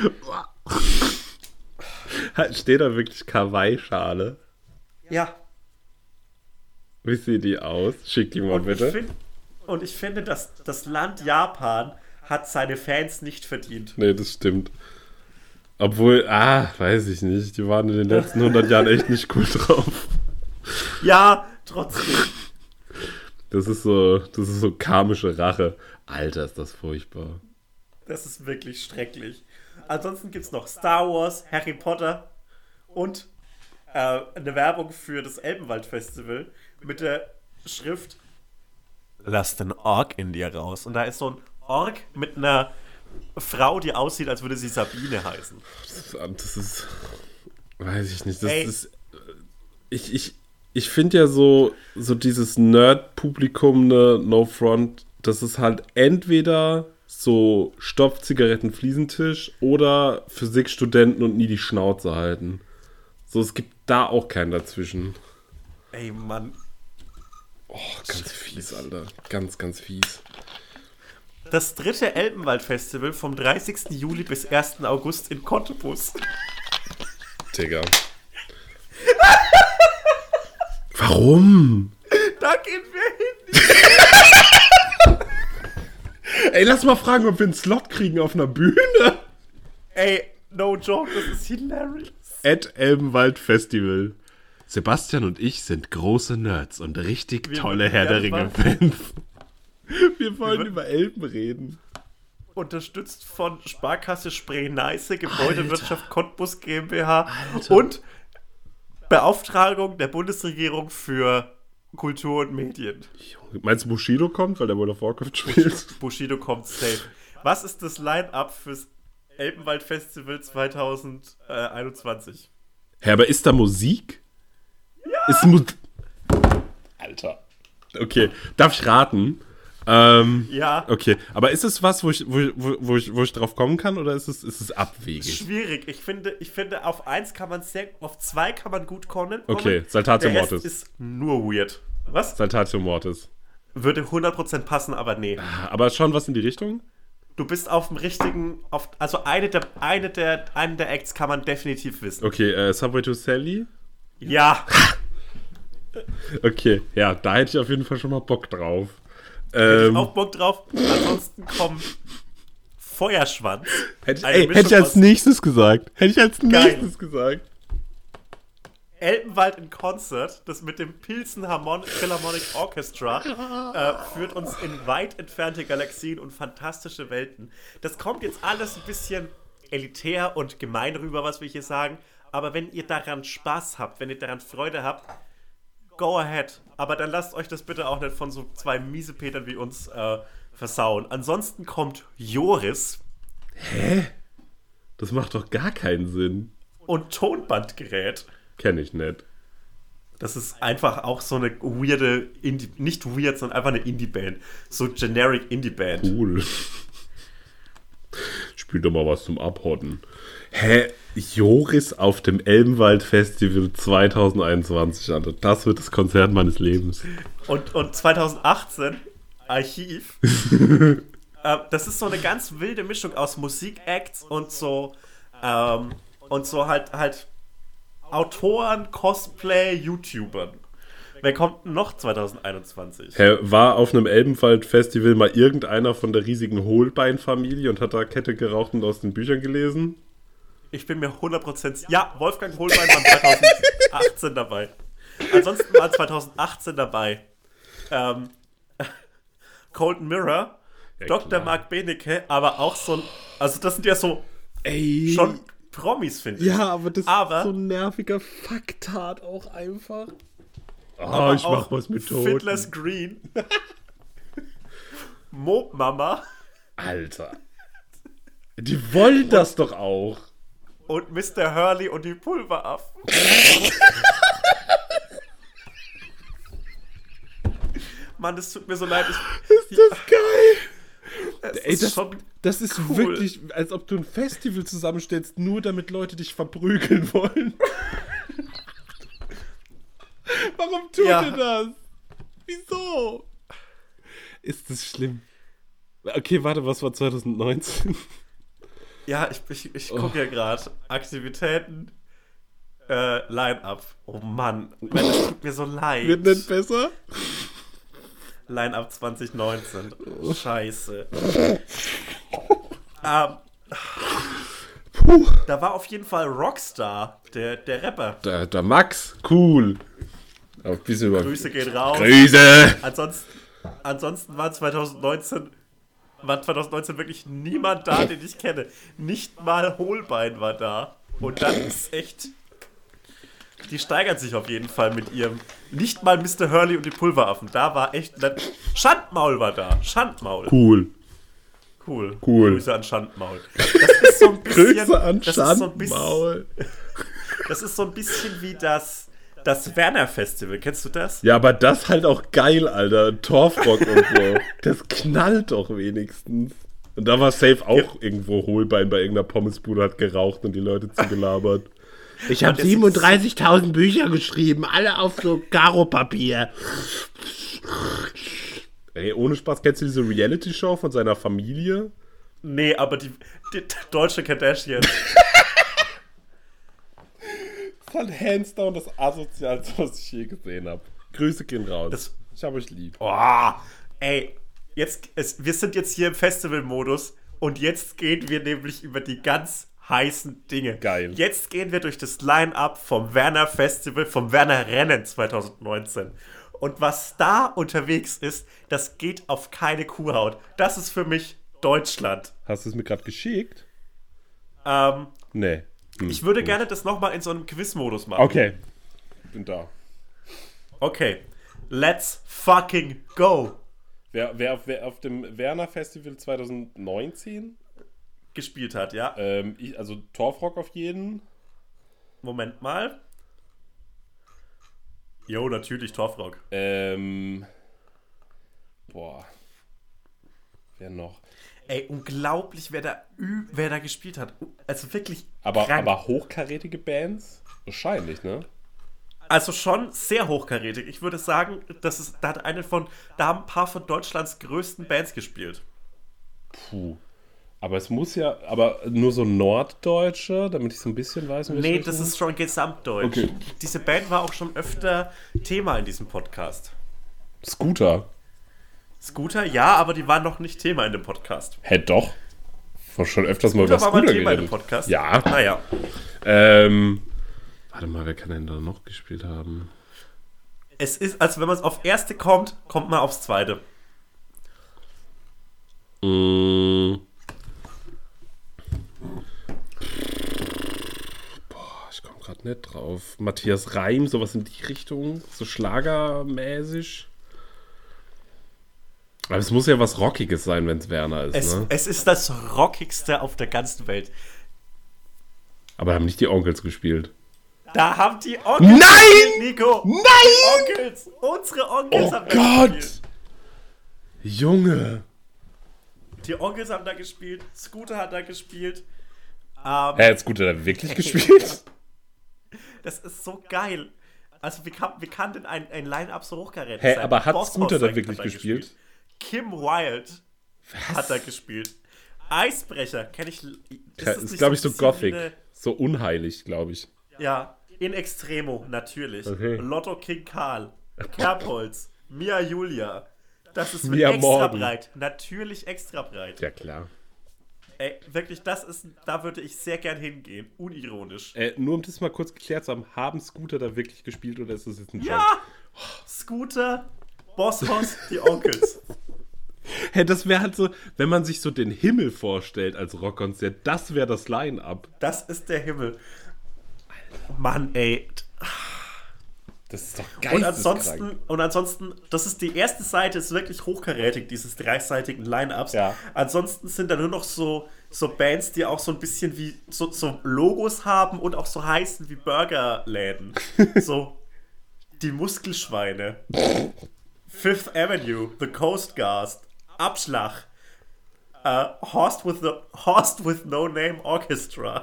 Steht da wirklich Kawaii-Schale? Ja. Wie sieht die aus? Schick die mal bitte. Ich finde, dass das Land Japan hat seine Fans nicht verdient. Nee, das stimmt. Obwohl, weiß ich nicht. Die waren in den letzten 100 Jahren echt nicht cool drauf. Ja, trotzdem. Das ist so karmische Rache. Alter, ist das furchtbar. Das ist wirklich schrecklich. Ansonsten gibt es noch Star Wars, Harry Potter und eine Werbung für das Elbenwald-Festival mit der Schrift Lass den Ork in dir raus. Und da ist so ein Ork mit einer Frau, die aussieht, als würde sie Sabine heißen. Das ist weiß ich nicht. Das ist ich finde ja so dieses Nerd-Publikum, ne, no front, das ist halt entweder so Stopfzigaretten-Fliesentisch oder Physikstudenten und nie die Schnauze halten. So, es gibt da auch keinen dazwischen. Ey, Mann. Oh, ganz fies, Alter. Ganz, ganz fies. Das 3. Elbenwald-Festival vom 30. Juli bis 1. August in Cottbus. Digga. Warum? Da gehen wir hin. Ey, lass mal fragen, ob wir einen Slot kriegen auf einer Bühne. Ey, no joke, das ist hilarious. Elbenwald Festival. Sebastian und ich sind große Nerds und richtig tolle Herr der Ringe-Fans. Wir wollen über Elben reden. Unterstützt von Sparkasse Spree-Neiße, Gebäudewirtschaft Cottbus GmbH und Beauftragung der Bundesregierung für Kultur und Medien. Meinst du, Bushido kommt, weil der World of Warcraft spielt? Bushido kommt safe. Was ist das Line-Up fürs Elbenwald-Festival 2021? Hä, aber ist da Musik? Ja! Ist Alter. Okay, darf ich raten? Ja. Okay, aber ist es was, wo ich drauf kommen kann, oder ist es abwegig? Schwierig. Ich finde, auf 1 kann man auf 2 kann man gut kommen. Okay, Saltatio Mortis. Der Rest ist nur weird. Was? Saltatio Mortis. Würde 100% passen, aber nee. Aber schon was in die Richtung? Du bist auf dem richtigen, also eine der Acts kann man definitiv wissen. Okay, Subway to Sally? Ja. Okay, ja, da hätte ich auf jeden Fall schon mal Bock drauf. Hätte ich auch Bock drauf. Ansonsten kommt Feuerschwanz. Hätte ich als nächstes gesagt. Elbenwald in Concert, das mit dem Pilsen Philharmonic Orchestra, führt uns in weit entfernte Galaxien und fantastische Welten. Das kommt jetzt alles ein bisschen elitär und gemein rüber, was wir hier sagen, aber wenn ihr daran Spaß habt, wenn ihr daran Freude habt, go ahead. Aber dann lasst euch das bitte auch nicht von so zwei Miesepetern wie uns versauen. Ansonsten kommt Joris. Hä? Das macht doch gar keinen Sinn. Und Tonbandgerät. Kenn ich nicht. Das ist einfach auch so eine weirde Indie, nicht weird, sondern einfach eine Indie-Band. So generic Indie-Band. Cool. Spiel doch mal was zum Abhotten. Hä? Joris auf dem Elbenwald Festival 2021, Alter. Das wird das Konzert meines Lebens. Und 2018, Archiv. Das ist so eine ganz wilde Mischung aus Musikacts und so halt Autoren, Cosplay, YouTubern. Wer kommt noch 2021? Hä, war auf einem Elbenwald-Festival mal irgendeiner von der riesigen Holbein-Familie und hat da Kette geraucht und aus den Büchern gelesen? Ich bin mir 100%... Ja, Wolfgang Holbein war 2018 dabei. Ansonsten war 2018 dabei Colton Mirror, ja, Dr. klar. Mark Benecke, aber auch so ein... Also das sind ja so schon Promis, finde ich. Ja, aber das ist so ein nerviger Fucktard auch einfach. Aber ich mach was mit Toten. Fiddler's Green. Mopmama. Alter. Die wollen das doch auch. Und Mr. Hurley und die Pulveraffen. Mann, das tut mir so leid. Ist das geil? Ey, das ist cool. Wirklich, als ob du ein Festival zusammenstellst, nur damit Leute dich verprügeln wollen. Warum tut ihr das? Wieso? Ist das schlimm? Okay, warte, was war 2019? Ja, ich gucke ja gerade. Aktivitäten, Line-Up. Oh Mann, das tut mir so leid. Wird nicht besser? Line-Up 2019. Scheiße. Da war auf jeden Fall Rockstar, der Rapper. Der Max, cool. Aber bisschen Grüße gehen raus. Grüße! Ansonsten war 2019 wirklich niemand da, den ich kenne. Nicht mal Holbein war da. Und dann ist echt... Die steigert sich auf jeden Fall mit ihrem... Nicht mal Mr. Hurley und die Pulveraffen. Da war echt... Schandmaul war da. Schandmaul. Cool. Grüße an Schandmaul. Das ist so ein bisschen... Grüße an Schandmaul. Das ist so ein bisschen wie das Werner Festival. Kennst du das? Ja, aber das halt auch geil, Alter. Torfrock und so. Das knallt doch wenigstens. Und da war safe auch irgendwo Holbein bei irgendeiner Pommesbude, hat geraucht und die Leute zugelabert. Ich habe 37.000 Bücher geschrieben, alle auf so Karo-Papier. Ey, ohne Spaß, kennst du diese Reality-Show von seiner Familie? Nee, aber die deutsche Kardashians. Von hands down das Asozialste, was ich je gesehen habe. Grüße gehen raus. Ich habe euch lieb. Oh, ey, wir sind jetzt hier im Festival-Modus und jetzt gehen wir nämlich über die ganz heißen Dinge. Geil. Jetzt gehen wir durch das Line-Up vom Werner Festival, vom Werner Rennen 2019. Und was da unterwegs ist, das geht auf keine Kuhhaut. Das ist für mich Deutschland. Hast du es mir gerade geschickt? Nee. Ich würde gerne das nochmal in so einem Quiz-Modus machen. Okay. Bin da. Okay. Let's fucking go. Wer auf dem Werner Festival 2019 gespielt hat, ja. Also Torfrock auf jeden. Moment mal. Jo, natürlich Torfrock. Wer noch? Ey, unglaublich, wer da gespielt hat. Also wirklich aber hochkarätige Bands? Wahrscheinlich, ne? Also schon sehr hochkarätig. Ich würde sagen, da haben ein paar von Deutschlands größten Bands gespielt. Puh. Aber es muss ja, nur so Norddeutsche, damit ich so ein bisschen weiß. Nee, das ist schon gesamtdeutsch. Okay. Diese Band war auch schon öfter Thema in diesem Podcast. Scooter, ja, aber die waren noch nicht Thema in dem Podcast. Hä, doch. War schon öfters mal über Scooter Thema geredet. in dem Podcast. Ja. Naja. Warte mal, wer kann denn da noch gespielt haben? Es ist, als wenn man auf erste kommt, kommt man aufs zweite. Boah, ich komme gerade nicht drauf. Matthias Reim, sowas in die Richtung, so schlagermäßig. Aber es muss ja was Rockiges sein, wenn es Werner ist, ne? Es ist das Rockigste auf der ganzen Welt. Aber haben nicht die Onkels gespielt. Da haben die Onkels gespielt, Nico. Nein! Die Onkels. Unsere Onkels haben da gespielt. Junge! Die Onkels haben da gespielt. Scooter hat da gespielt. Jetzt gut, hat er wirklich gespielt? Das ist so geil. Also, wie kann denn ein Line-Up so hochkarätig sein? Aber hat Boss Scooter da Hoss wirklich hat gespielt? Kim Wilde hat da gespielt. Eisbrecher kenne ich. Das ist, glaube ich, so Gothic. So unheilig, glaube ich. Ja, in Extremo, natürlich. Okay. Lotto King Karl, Kerbholz, Mia Julia. Das ist Mia extra Morgan. breit. Natürlich extra breit. Ja, klar. Ey, wirklich, da würde ich sehr gern hingehen. Unironisch. Nur um das mal kurz geklärt zu haben Scooter da wirklich gespielt oder ist das jetzt ein Joke? Ja! Scooter, Boss Hoss, die Onkels. Das wäre halt so, wenn man sich so den Himmel vorstellt als Rockkonzert, das wäre das Line-Up. Das ist der Himmel. Mann, ey. Das ist doch Und ansonsten, das ist die erste Seite, ist wirklich hochkarätig, dieses dreiseitigen Line-Ups. Ja. Ansonsten sind da nur noch so Bands, die auch so ein bisschen wie so Logos haben und auch so heißen wie Burgerläden. So die Muskelschweine. Fifth Avenue, The Coast Guard, Abschlag, Horst with No Name Orchestra.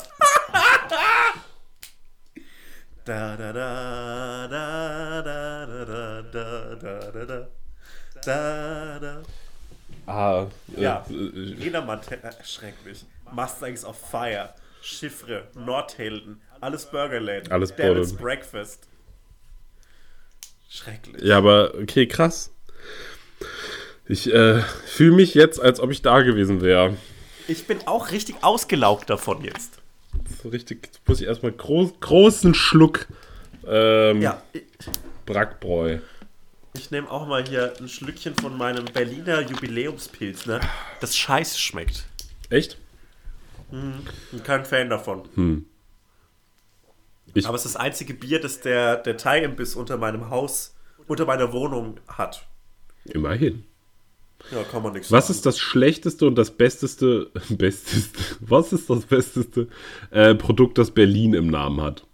Da da da da da da da da da da da. Ja, Jedermann schrecklich. Mustangs of Fire, Chiffre, Nordhelden, alles Burgerläden, Alles Devil's Burger. Breakfast. Schrecklich. Ja, aber okay, krass. Ich fühle mich jetzt, als ob ich da gewesen wäre. Ich bin auch richtig ausgelaugt davon jetzt. So richtig, jetzt muss ich erstmal großen Schluck Ja, Brackbräu. ich nehme auch mal hier ein Schlückchen von meinem Berliner Jubiläumspilz, ne? Das scheiße schmeckt. Echt? Bin kein Fan davon. Aber es ist das einzige Bier, das der Thai-Imbiss unter meinem Haus, unter meiner Wohnung hat. Immerhin. Ja, kann man nichts Was sagen. ist das schlechteste und das besteste was ist das besteste Produkt, das Berlin im Namen hat?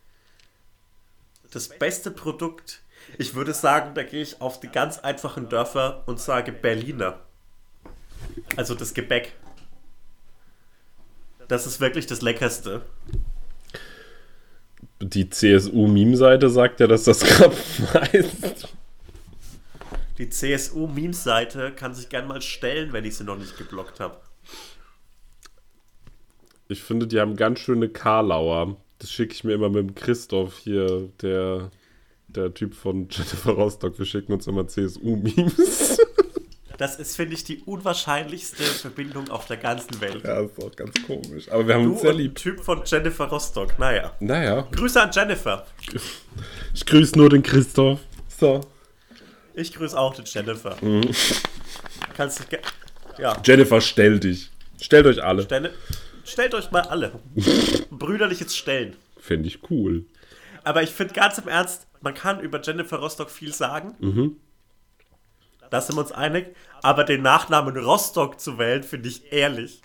Das beste Produkt, ich würde sagen, da gehe ich auf die ganz einfachen Dörfer und sage Berliner. Also das Gebäck. Das ist wirklich das Leckerste. Die CSU-Meme-Seite sagt ja, dass das Krapfen heißt. Die CSU-Memes-Seite kann sich gern mal stellen, wenn ich sie noch nicht geblockt habe. Ich finde, die haben ganz schöne Karlauer. Das schicke ich mir immer mit dem Christoph hier, der Typ von Jennifer Rostock. Wir schicken uns immer CSU-Memes. Das ist, finde ich, die unwahrscheinlichste Verbindung auf der ganzen Welt. Ja, ist auch ganz komisch. Aber wir haben Du uns sehr und lieb. Typ von Jennifer Rostock. Naja. Naja, Grüße an Jennifer. ich grüße nur den Christoph. So. Ich grüße auch den Jennifer. Kannst du ja. Jennifer, stell dich. Stellt euch alle. Stellt euch mal alle. Brüderliches Stellen. Finde ich cool. Aber ich finde ganz im Ernst, man kann über Jennifer Rostock viel sagen. Da sind wir uns einig. Aber den Nachnamen Rostock zu wählen, finde ich ehrlich.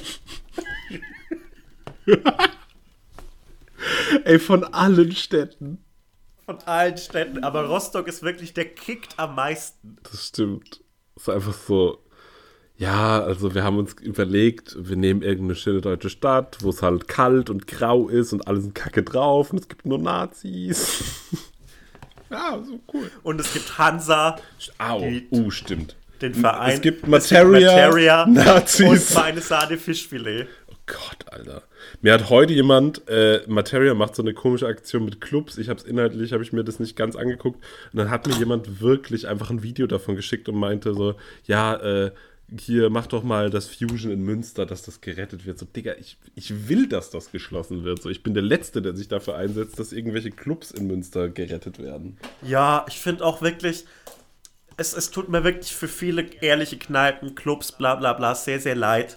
Ey, von allen Städten. Von allen Städten. Aber Rostock ist wirklich, der kickt am meisten. Das stimmt. Ist einfach so. Ja, also wir haben uns überlegt, wir nehmen irgendeine schöne deutsche Stadt, wo es halt kalt und grau ist und alle sind kacke drauf und es gibt nur Nazis. Ja, so cool. Und es gibt Hansa, Stimmt. den Verein. Es gibt Materia, Nazis. und feine Sahne Fischfilet. Oh Gott, Alter. Mir hat heute jemand, Materia macht so eine komische Aktion mit Clubs. Habe ich mir das nicht ganz angeguckt. Und dann hat mir jemand wirklich einfach ein Video davon geschickt und meinte so, ja, hier, mach doch mal das Fusion in Münster, dass das gerettet wird. So, Digga, ich will, dass das geschlossen wird. So, ich bin der Letzte, der sich dafür einsetzt, dass irgendwelche Clubs in Münster gerettet werden. Ja, ich finde auch wirklich, es tut mir wirklich für viele ehrliche Kneipen, Clubs, bla bla bla, sehr, sehr leid.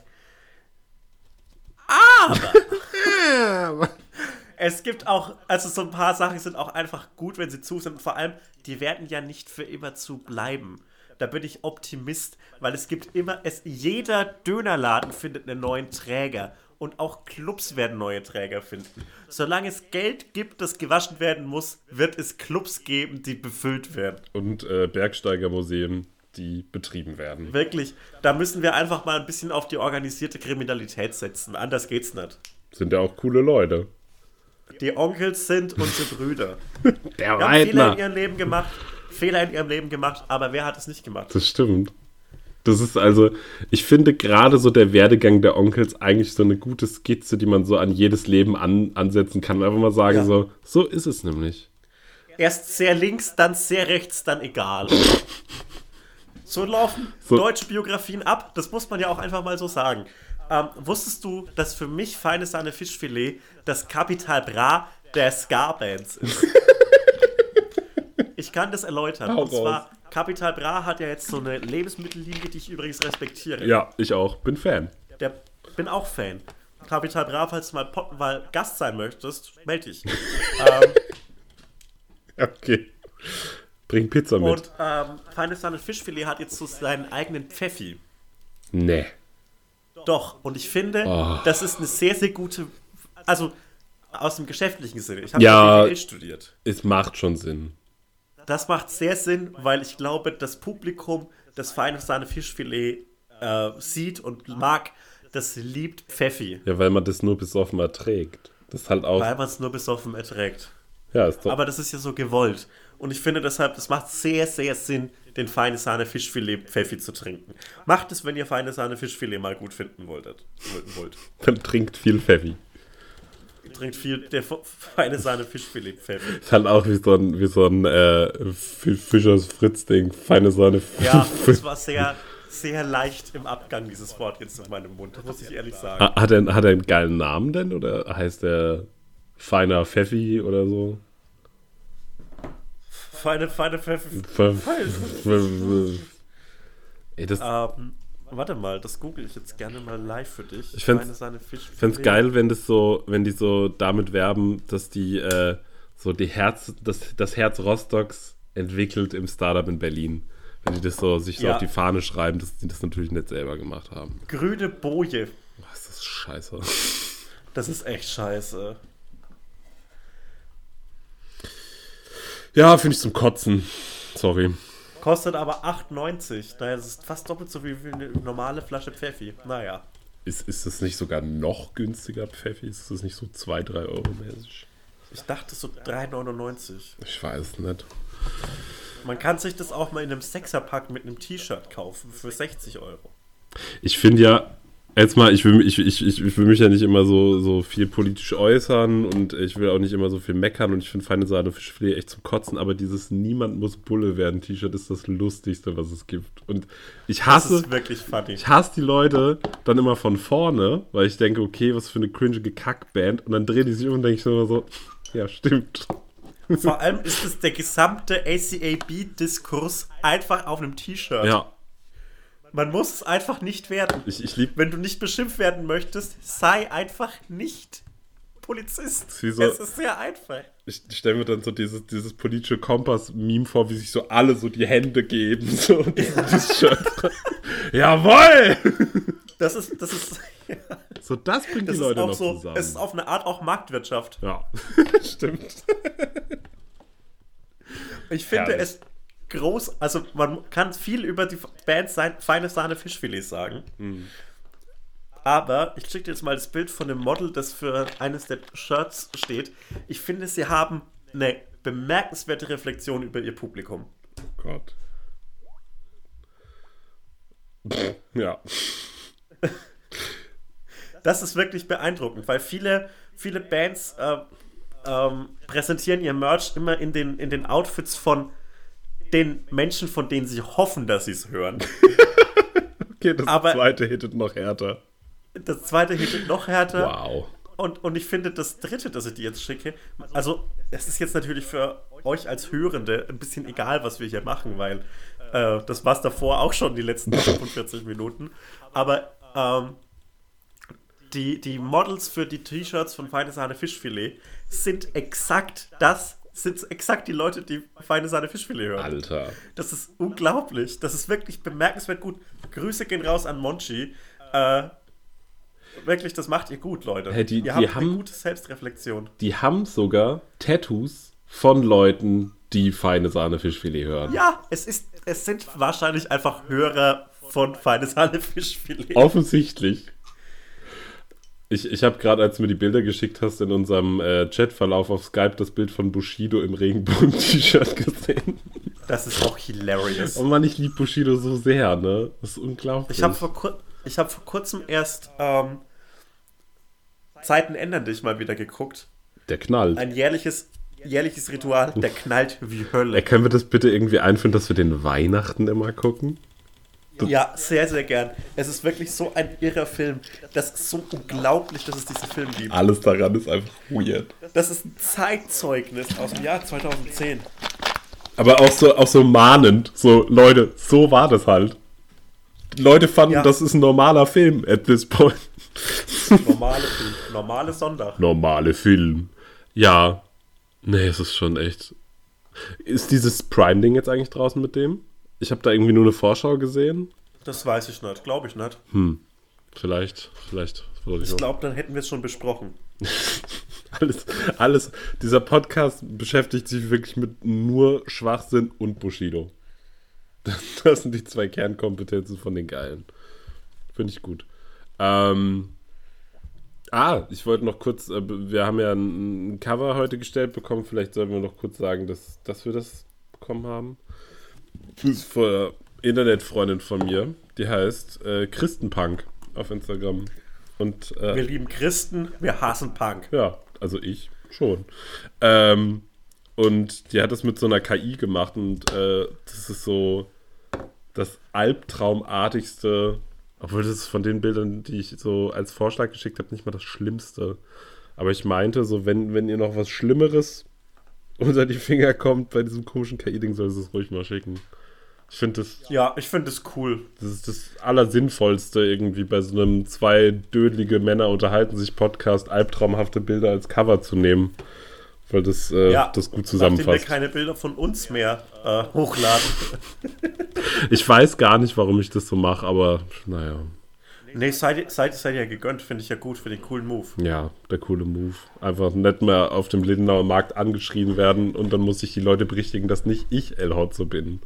Aber es gibt auch, also so ein paar Sachen sind auch einfach gut, wenn sie zu sind. Und vor allem, die werden ja nicht für immer zu bleiben. Da bin ich Optimist, weil es gibt immer, jeder Dönerladen findet einen neuen Träger. Und auch Clubs werden neue Träger finden. Solange es Geld gibt, das gewaschen werden muss, wird es Clubs geben, die befüllt werden. Und Bergsteigermuseen, die betrieben werden. Wirklich, da müssen wir einfach mal ein bisschen auf die organisierte Kriminalität setzen. Anders geht's nicht. Sind ja auch coole Leute. Die Onkels sind unsere Brüder. Der Wir haben Fehler in Weidner. ihrem Leben gemacht, aber wer hat es nicht gemacht? Das stimmt. Das ist also, ich finde gerade so der Werdegang der Onkels eigentlich so eine gute Skizze, die man so an jedes Leben ansetzen kann. Und einfach mal sagen, Ja. so ist es nämlich. Erst sehr links, dann sehr rechts, dann egal. So laufen So. deutsche Biografien ab, das muss man ja auch einfach mal so sagen. Wusstest du, dass für mich Feine Sahne Fischfilet das Capital Bra der Ska-Bands ist? Ich kann das erläutern. Hau Und zwar, raus. Capital Bra hat ja jetzt so eine Lebensmittellinie, die ich übrigens respektiere. Ja, ich auch. Bin Fan. Bin auch Fan. Capital Bra, falls du mal Gast sein möchtest, melde dich. Okay. Bring Pizza mit. Und Feine Sahne Fischfilet hat jetzt so seinen eigenen Pfeffi. Nee. Doch, und ich finde, das ist eine sehr, sehr gute, also aus dem geschäftlichen Sinne. Ich habe Ja. BWL studiert. Es macht schon Sinn. Das macht sehr Sinn, weil ich glaube, das Publikum, das Feine Sahne Fischfilet sieht und mag, das liebt Pfeffi, Ja, weil man das nur besoffen erträgt. Das ist halt auch. weil man es nur besoffen erträgt. Ja, ist doch. Aber das ist ja so gewollt. Und ich finde deshalb, das macht sehr, sehr Sinn, den Feine Sahne Fischfilet Pfeffi zu trinken. Macht es, wenn ihr Feine Sahne Fischfilet mal gut finden wollt. Man trinkt viel Pfeffi. Trinkt viel der Feine Sahne Fischfilet Pfeffi. Ist halt auch wie so ein Fischers Fritz-Ding. Feine Sahne. Ja, das war sehr, sehr leicht im Abgang, dieses Wort jetzt in meinem Mund, muss ich ehrlich sagen. Hat er einen geilen Namen denn? Oder heißt er Feiner Pfeffi oder so? Feine Pfeffi. Ey, das Warte mal, das google ich jetzt gerne mal live für dich. Ich fänd's- Feine Sahne Fischfilet. fände es geil, wenn die so damit werben, dass die das Herz Rostocks entwickelt im Startup in Berlin. Wenn die das sich so Ja. auf die Fahne schreiben, dass die das natürlich nicht selber gemacht haben. Grüne Boje. Was ist das scheiße. Das ist echt scheiße. Ja, finde ich zum Kotzen. Sorry. Kostet aber 8,90. Naja, das ist fast doppelt so wie eine normale Flasche Pfeffi. Naja. Ist das nicht sogar noch günstiger, Pfeffi? Ist das nicht so 2-3 Euro mäßig? Ich dachte so 3,99. Ich weiß es nicht. Man kann sich das auch mal in einem Sechserpack mit einem T-Shirt kaufen für 60 Euro. Ich finde ja, jetzt mal, ich will mich ja nicht immer so viel politisch äußern und ich will auch nicht immer so viel meckern und ich finde Feine Sahne Fischfilet echt zum Kotzen, aber dieses Niemand muss Bulle werden T-Shirt ist das Lustigste, was es gibt. Und ich Das hasse ist wirklich funny. Ich hasse die Leute dann immer von vorne, weil ich denke, okay, was für eine cringige Kackband. Und dann drehen die sich um und denke ich immer so, ja, stimmt. Vor allem ist es der gesamte ACAB-Diskurs einfach auf einem T-Shirt. Ja, Man muss es einfach nicht werden. ich liebe Wenn du nicht beschimpft werden möchtest, sei einfach nicht Polizist. Wie so- Es ist sehr einfach. Ich stelle mir dann so dieses politische Kompass-Meme vor, wie sich so alle so die Hände geben. So, und dieses Shirt. Jawohl! Das ist So, das bringt das die ist Leute auch noch so, zusammen. es ist auf eine Art auch Marktwirtschaft. Ja, stimmt. Ich finde Herrlich. es groß, also man kann viel über die Band Feine Sahne Fischfilet sagen. Aber ich schicke dir jetzt mal das Bild von dem Model, das für eines der Shirts steht. Ich finde, sie haben eine bemerkenswerte Reflexion über ihr Publikum. Gott. Ja. Das ist wirklich beeindruckend, weil viele Bands präsentieren ihr Merch immer in den Outfits von den Menschen, von denen sie hoffen, dass sie es hören. Okay, das Aber- zweite hittet noch härter. Das zweite hittet noch härter. Wow. Und ich finde, das dritte, das ich dir jetzt schicke, also es ist jetzt natürlich für euch als Hörende ein bisschen egal, was wir hier machen, weil das war es davor auch schon die letzten 45 Minuten. Aber die Models für die T-Shirts von Feine Sahne Fischfilet sind exakt die Leute, die Feine Sahne Fischfilet hören. Alter. Das ist unglaublich. Das ist wirklich bemerkenswert gut. Grüße gehen raus an Monchi. Wirklich, das macht ihr gut, Leute. Hey, die ihr habt haben- eine gute Selbstreflexion. Die haben sogar Tattoos von Leuten, die Feine Sahne Fischfilet hören. Ja, es sind wahrscheinlich einfach Hörer von Feine Sahne Fischfilet. Offensichtlich. Ich habe gerade, als du mir die Bilder geschickt hast, in unserem Chatverlauf auf Skype das Bild von Bushido im Regenbogen-T-Shirt gesehen. Das ist auch hilarious. Oh Mann, ich liebe Bushido so sehr, ne? Das ist unglaublich. Ich habe vor kurzem erst Zeiten ändern dich mal wieder geguckt. Der knallt. Ein jährliches Ritual, der knallt wie Hölle. Können wir das bitte irgendwie einführen, dass wir den Weihnachten immer gucken? Ja, sehr, sehr gern. Es ist wirklich so ein irrer Film. Das ist so unglaublich, dass es diesen Film gibt. Alles daran ist einfach weird. Das ist ein Zeitzeugnis aus dem Jahr 2010. Aber auch so mahnend. So, Leute, so war das halt. Die Leute fanden, Ja. das ist ein normaler Film at this point. Normale Sonntag. Normale Film. Ja. Nee, es ist schon echt. Ist dieses Prime-Ding jetzt eigentlich draußen mit dem? Ich habe da irgendwie nur eine Vorschau gesehen. Das weiß ich nicht, glaube ich nicht. Vielleicht. Ich glaube, dann hätten wir es schon besprochen. Alles. Dieser Podcast beschäftigt sich wirklich mit nur Schwachsinn und Bushido. Das sind die zwei Kernkompetenzen von den Geilen. Finde ich gut. Ich wollte noch kurz, wir haben ja ein Cover heute gestellt bekommen. Vielleicht sollten wir noch kurz sagen, dass wir das bekommen haben. Das ist von einer Internetfreundin von mir. Die heißt Christenpunk auf Instagram. Und Wir lieben Christen, wir hassen Punk. ja, also ich schon. Und die hat das mit so einer KI gemacht und das ist so das albtraumartigste, obwohl das ist von den Bildern, die ich so als Vorschlag geschickt habe, nicht mal das Schlimmste. Aber ich meinte, so wenn ihr noch was Schlimmeres unter die Finger kommt bei diesem komischen KI-Ding, soll es ruhig mal schicken. Ich finde das. Ja, ich finde es cool. Das ist das Allersinnvollste irgendwie bei so einem zwei dödelige Männer unterhalten sich Podcast, albtraumhafte Bilder als Cover zu nehmen. Weil das das gut Nachdem wir zusammenfasst. keine Bilder von uns mehr hochladen. Ich weiß gar nicht, warum ich das so mache, aber naja. Nee, seid ja gegönnt, finde ich ja gut für den coolen Move. Ja, der coole Move. Einfach nicht mehr auf dem Lindenauer Markt angeschrien werden und dann muss ich die Leute berichtigen, dass nicht ich El Hotzo bin.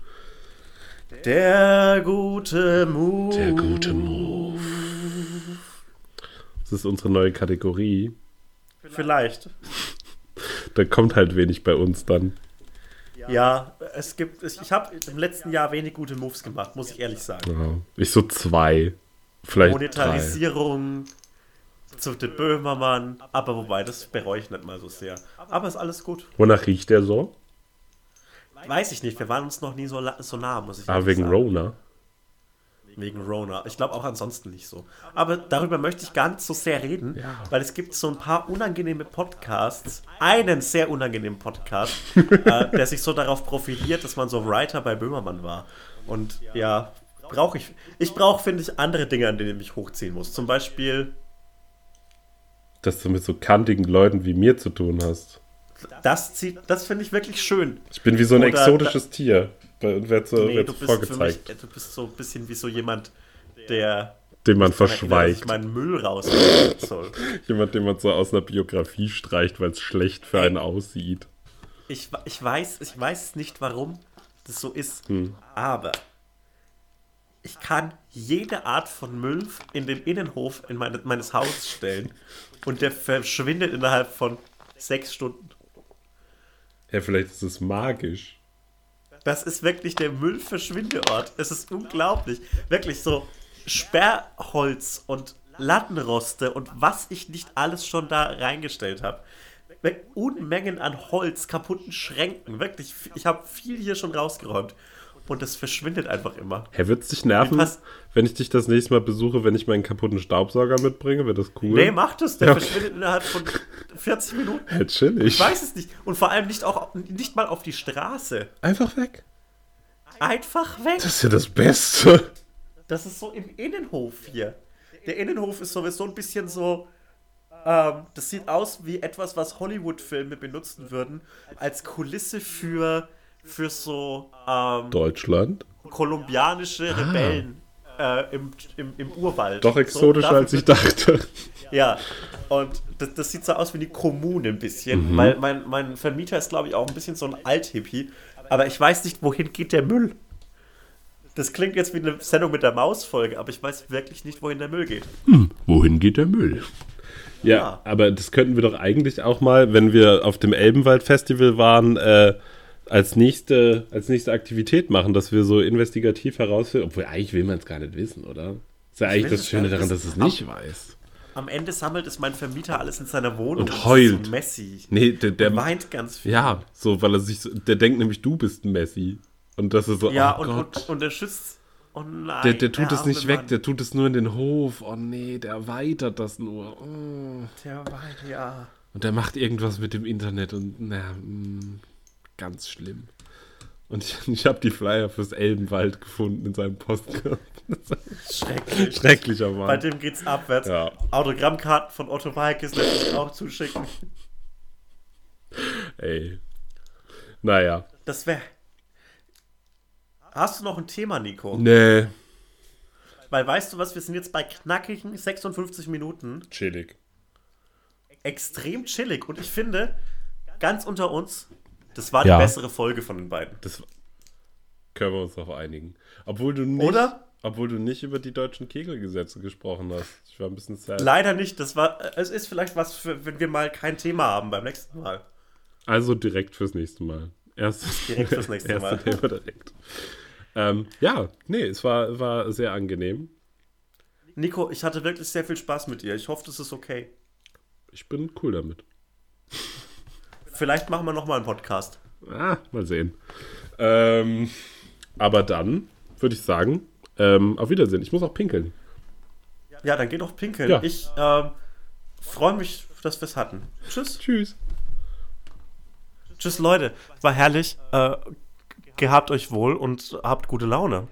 Der gute Move. Der gute Move. Das ist unsere neue Kategorie. Vielleicht. Da kommt halt wenig bei uns dann. Ja, ich habe im letzten Jahr wenig gute Moves gemacht, muss ich ehrlich sagen. Ja. Ich so 2. Vielleicht 3. Monetarisierung zu den Böhmermann, aber wobei, das bereue ich nicht mal so sehr. Aber ist alles gut. Wonach riecht der so? Weiß ich nicht, wir waren uns noch nie so nah, muss ich Ah, ehrlich wegen sagen. Rona. Wegen Rona. Ich glaube auch ansonsten nicht so. Aber darüber möchte ich gar nicht so sehr reden, weil es gibt so ein paar unangenehme Podcasts. Einen sehr unangenehmen Podcast, der sich so darauf profiliert, dass man so Writer bei Böhmermann war. Und ja, ich brauche, finde ich, andere Dinge, an denen ich mich hochziehen muss. Zum Beispiel, Dass du mit so kantigen Leuten wie mir zu tun hast. das finde ich wirklich schön. Ich bin wie so ein Oder exotisches Tier. Und werd so Nee, du bist vorgezeigt. für mich, du bist so ein bisschen wie so jemand, der Den man dass ich verschweigt. meinen Müll rausnehmen soll. Jemand, den man so aus einer Biografie streicht, weil es schlecht für einen aussieht. Ich weiß nicht, warum das so ist, aber ich kann jede Art von Müll in den Innenhof meines Hauses stellen und der verschwindet innerhalb von 6 Stunden. Ja, vielleicht ist es magisch. Das ist wirklich der Müllverschwindeort. Es ist unglaublich. Wirklich so Sperrholz und Lattenroste und was ich nicht alles schon da reingestellt habe. Unmengen an Holz, kaputten Schränken. Wirklich, ich habe viel hier schon rausgeräumt. und das verschwindet einfach immer. Hä, wird's dich nerven, Pass- wenn ich dich das nächste Mal besuche, wenn ich meinen kaputten Staubsauger mitbringe? Wäre das cool? Nee, mach das, der Ja, okay. verschwindet innerhalb von 40 Minuten. Hä, chillig. Ich weiß es nicht. Und vor allem nicht mal auf die Straße. Einfach weg. Einfach weg. Das ist ja das Beste. Das ist so im Innenhof hier. Der Innenhof ist sowieso ein bisschen so. Das sieht aus wie etwas, was Hollywood-Filme benutzen würden, als Kulisse für so Deutschland? kolumbianische Rebellen im Urwald. Doch exotischer, als ich dachte. Ja, und das sieht so aus wie eine Kommune ein bisschen, weil mein Vermieter ist, glaube ich, auch ein bisschen so ein Alt-Hippie, aber ich weiß nicht, wohin geht der Müll. Das klingt jetzt wie eine Sendung mit der Maus-Folge, aber ich weiß wirklich nicht, wohin der Müll geht. Wohin geht der Müll? Ja, Ja. aber das könnten wir doch eigentlich auch mal, wenn wir auf dem Elbenwald-Festival waren, als nächste Aktivität machen, dass wir so investigativ herausfinden, obwohl eigentlich will man es gar nicht wissen, oder? Ist ja eigentlich will das es Schöne gar daran, nicht dass es nicht weiß. Am Ende sammelt es mein Vermieter alles in seiner Wohnung. Und Das ist heult. So Messi. Nee, der Weint ganz viel. ja, so, weil er sich so, der denkt nämlich, du bist ein Messi. Und das ist so, Ja, oh Gott. und der schützt. Oh nein. Der tut es nicht arme weg, Mann. der tut es nur in den Hof. Oh nee, der erweitert das nur. Oh. Der weint, ja. Und der macht irgendwas mit dem Internet und ganz schlimm. Und ich habe die Flyer fürs Elbenwald gefunden in seinem Postkasten. Schrecklich. Schrecklicher Bei Mann. dem geht's abwärts. Ja. Autogrammkarten von Otto Walkes lässt sich auch zuschicken. Ey. Naja. Das wäre. Hast du noch ein Thema, Nico? Nee. Weil weißt du was, wir sind jetzt bei knackigen 56 Minuten. Chillig. Extrem chillig. Und ich finde, ganz unter uns, das war Ja. die bessere Folge von den beiden. Das können wir uns darauf einigen. Obwohl du nicht, Oder? Obwohl du nicht über die deutschen Kegelgesetze gesprochen hast. Ich war ein bisschen sad. Leider nicht. Es ist vielleicht was, für, wenn wir mal kein Thema haben beim nächsten Mal. Also direkt fürs nächste Mal. Direkt fürs nächste erste Mal. Thema direkt. Ja, nee, es war sehr angenehm. Nico, ich hatte wirklich sehr viel Spaß mit dir. Ich hoffe, das ist okay. Ich bin cool damit. Vielleicht machen wir nochmal einen Podcast. Mal sehen. Aber dann würde ich sagen, auf Wiedersehen. Ich muss auch pinkeln. Ja, dann geh doch pinkeln. Ja. Ich freue mich, dass wir es hatten. Tschüss. Tschüss. Tschüss, Leute. War herrlich. Gehabt euch wohl und habt gute Laune.